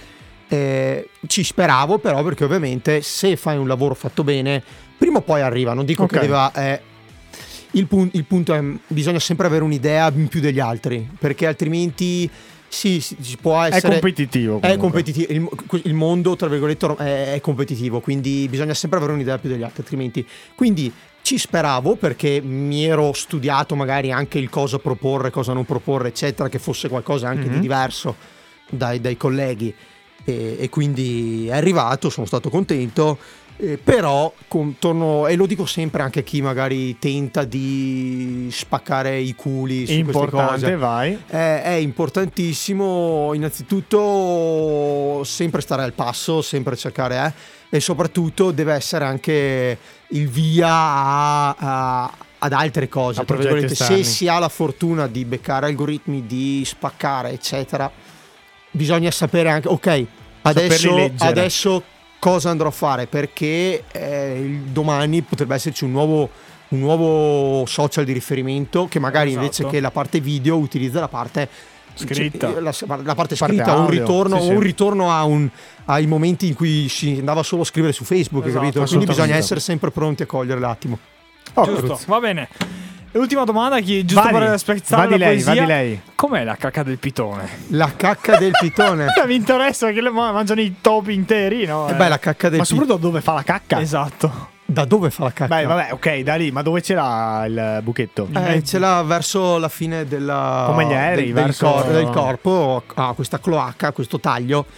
Ci speravo, però, perché ovviamente se fai un lavoro fatto bene, prima o poi arriva. Non dico Ok. che deve. Il punto è bisogna sempre avere un'idea in più degli altri, perché altrimenti sì, ci può essere. È competitivo. È comunque. competitivo. Il mondo, tra virgolette, è competitivo, quindi bisogna sempre avere un'idea più degli altri, altrimenti. Quindi ci speravo, perché mi ero studiato magari anche il cosa proporre, cosa non proporre, eccetera, che fosse qualcosa anche di diverso dai colleghi. E quindi è arrivato, sono stato contento. Però torno, e lo dico sempre anche a chi magari tenta di spaccare i culi su queste Importante, cose, vai. è importantissimo innanzitutto sempre stare al passo, sempre cercare e soprattutto deve essere anche il via ad altre cose, A tra progetti virgolette. esterni. Se si ha la fortuna di beccare algoritmi, di spaccare eccetera, bisogna sapere anche Saperli leggere. adesso cosa andrò a fare, perché domani potrebbe esserci un nuovo social di riferimento che magari Esatto. invece che la parte video utilizza la parte Scritta. la parte scritta, audio. un ritorno ai momenti in cui si andava solo a scrivere su Facebook, Esatto, capito? Quindi bisogna assolutamente. essere sempre pronti a cogliere l'attimo. Giusto, va bene. L'ultima domanda, giusto Vadi, per spezzare va di la lei, poesia. va di lei. Com'è la cacca del pitone? La cacca del pitone. Mi interessa che le mangiano i topi interi, no? Beh, la cacca del Ma pitone. soprattutto dove fa la cacca? Esatto. Da dove fa la cacca? Beh, vabbè, ok, da lì, ma dove c'era il buchetto? Ce l'ha verso la fine Come gli aerei, del verso- corpo, ha questa cloaca, questo taglio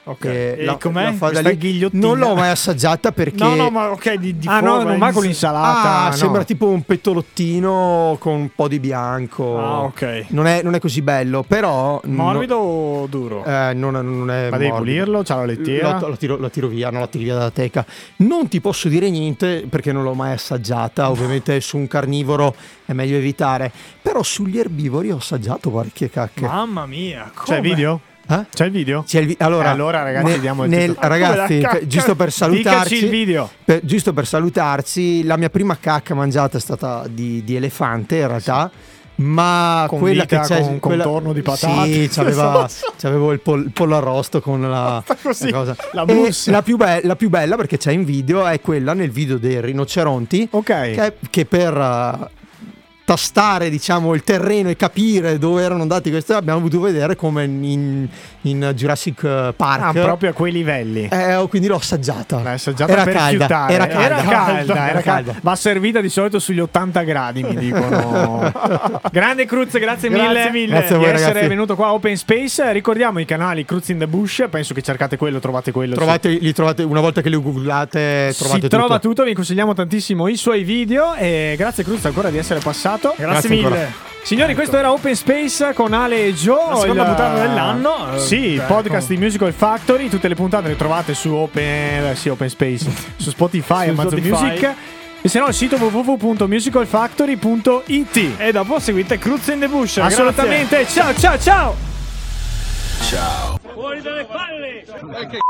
Ok. E com'è? la fa da Questa lì. ghigliottina. Non l'ho mai assaggiata perché No, ma ok, di Ah no, forma, non va con l'insalata. no. sembra tipo un pettolottino con un po' di bianco. Ah, ok. Non è così bello, però Morbido o duro? non è Ma devi morbido. pulirlo, c'ha la lettiera. Lo tiro via, non la tiri via dalla teca. Non ti posso dire niente perché non l'ho mai assaggiata. Ovviamente su un carnivoro è meglio evitare. Però sugli erbivori ho assaggiato parecchie cacche. Mamma mia, come? C'è il video? Eh? C'è il video? C'è il allora, ragazzi, diamo il titolo. ragazzi, Come la cacca? giusto per salutarci, Dicaci il video. giusto per salutarci, la mia prima cacca mangiata è stata di elefante in realtà. Ma Con quella vita, che c'è con contorno di patate. Sì, c'avevo il pollo arrosto con la cosa. La E bussa. la più bella perché c'è in video è quella nel video dei rinoceronti Ok. che per tastare diciamo il terreno e capire dove erano andati questi abbiamo potuto vedere come in Jurassic Park. Ah, proprio a quei livelli. Quindi l'ho assaggiata. L'hai assaggiata Era per calda, fiutare. era calda. Era calda. Va servita di solito sugli 80 gradi, mi dicono. Grande Cruz, grazie mille, Grazie a di voi, essere ragazzi. venuto qua a Open Space. Ricordiamo i canali Cruz in the Bush, penso che cercate quello, trovate quello. Li trovate una volta che li googlate, trovate si trova tutto, vi consigliamo tantissimo i suoi video e grazie Cruz ancora di essere passato. Grazie mille. ancora. Signori, questo era Open Space con Ale e Joe. La seconda puntata dell'anno. Sì, il Beh, podcast di Musical Factory. Tutte le puntate le trovate su Open Space, su Spotify, Su Amazon Spotify. Music. E se no, il sito www.musicalfactory.it. E dopo seguite Cruz in the Bush. Assolutamente. Ciao, ciao, ciao. Fuori dalle palle!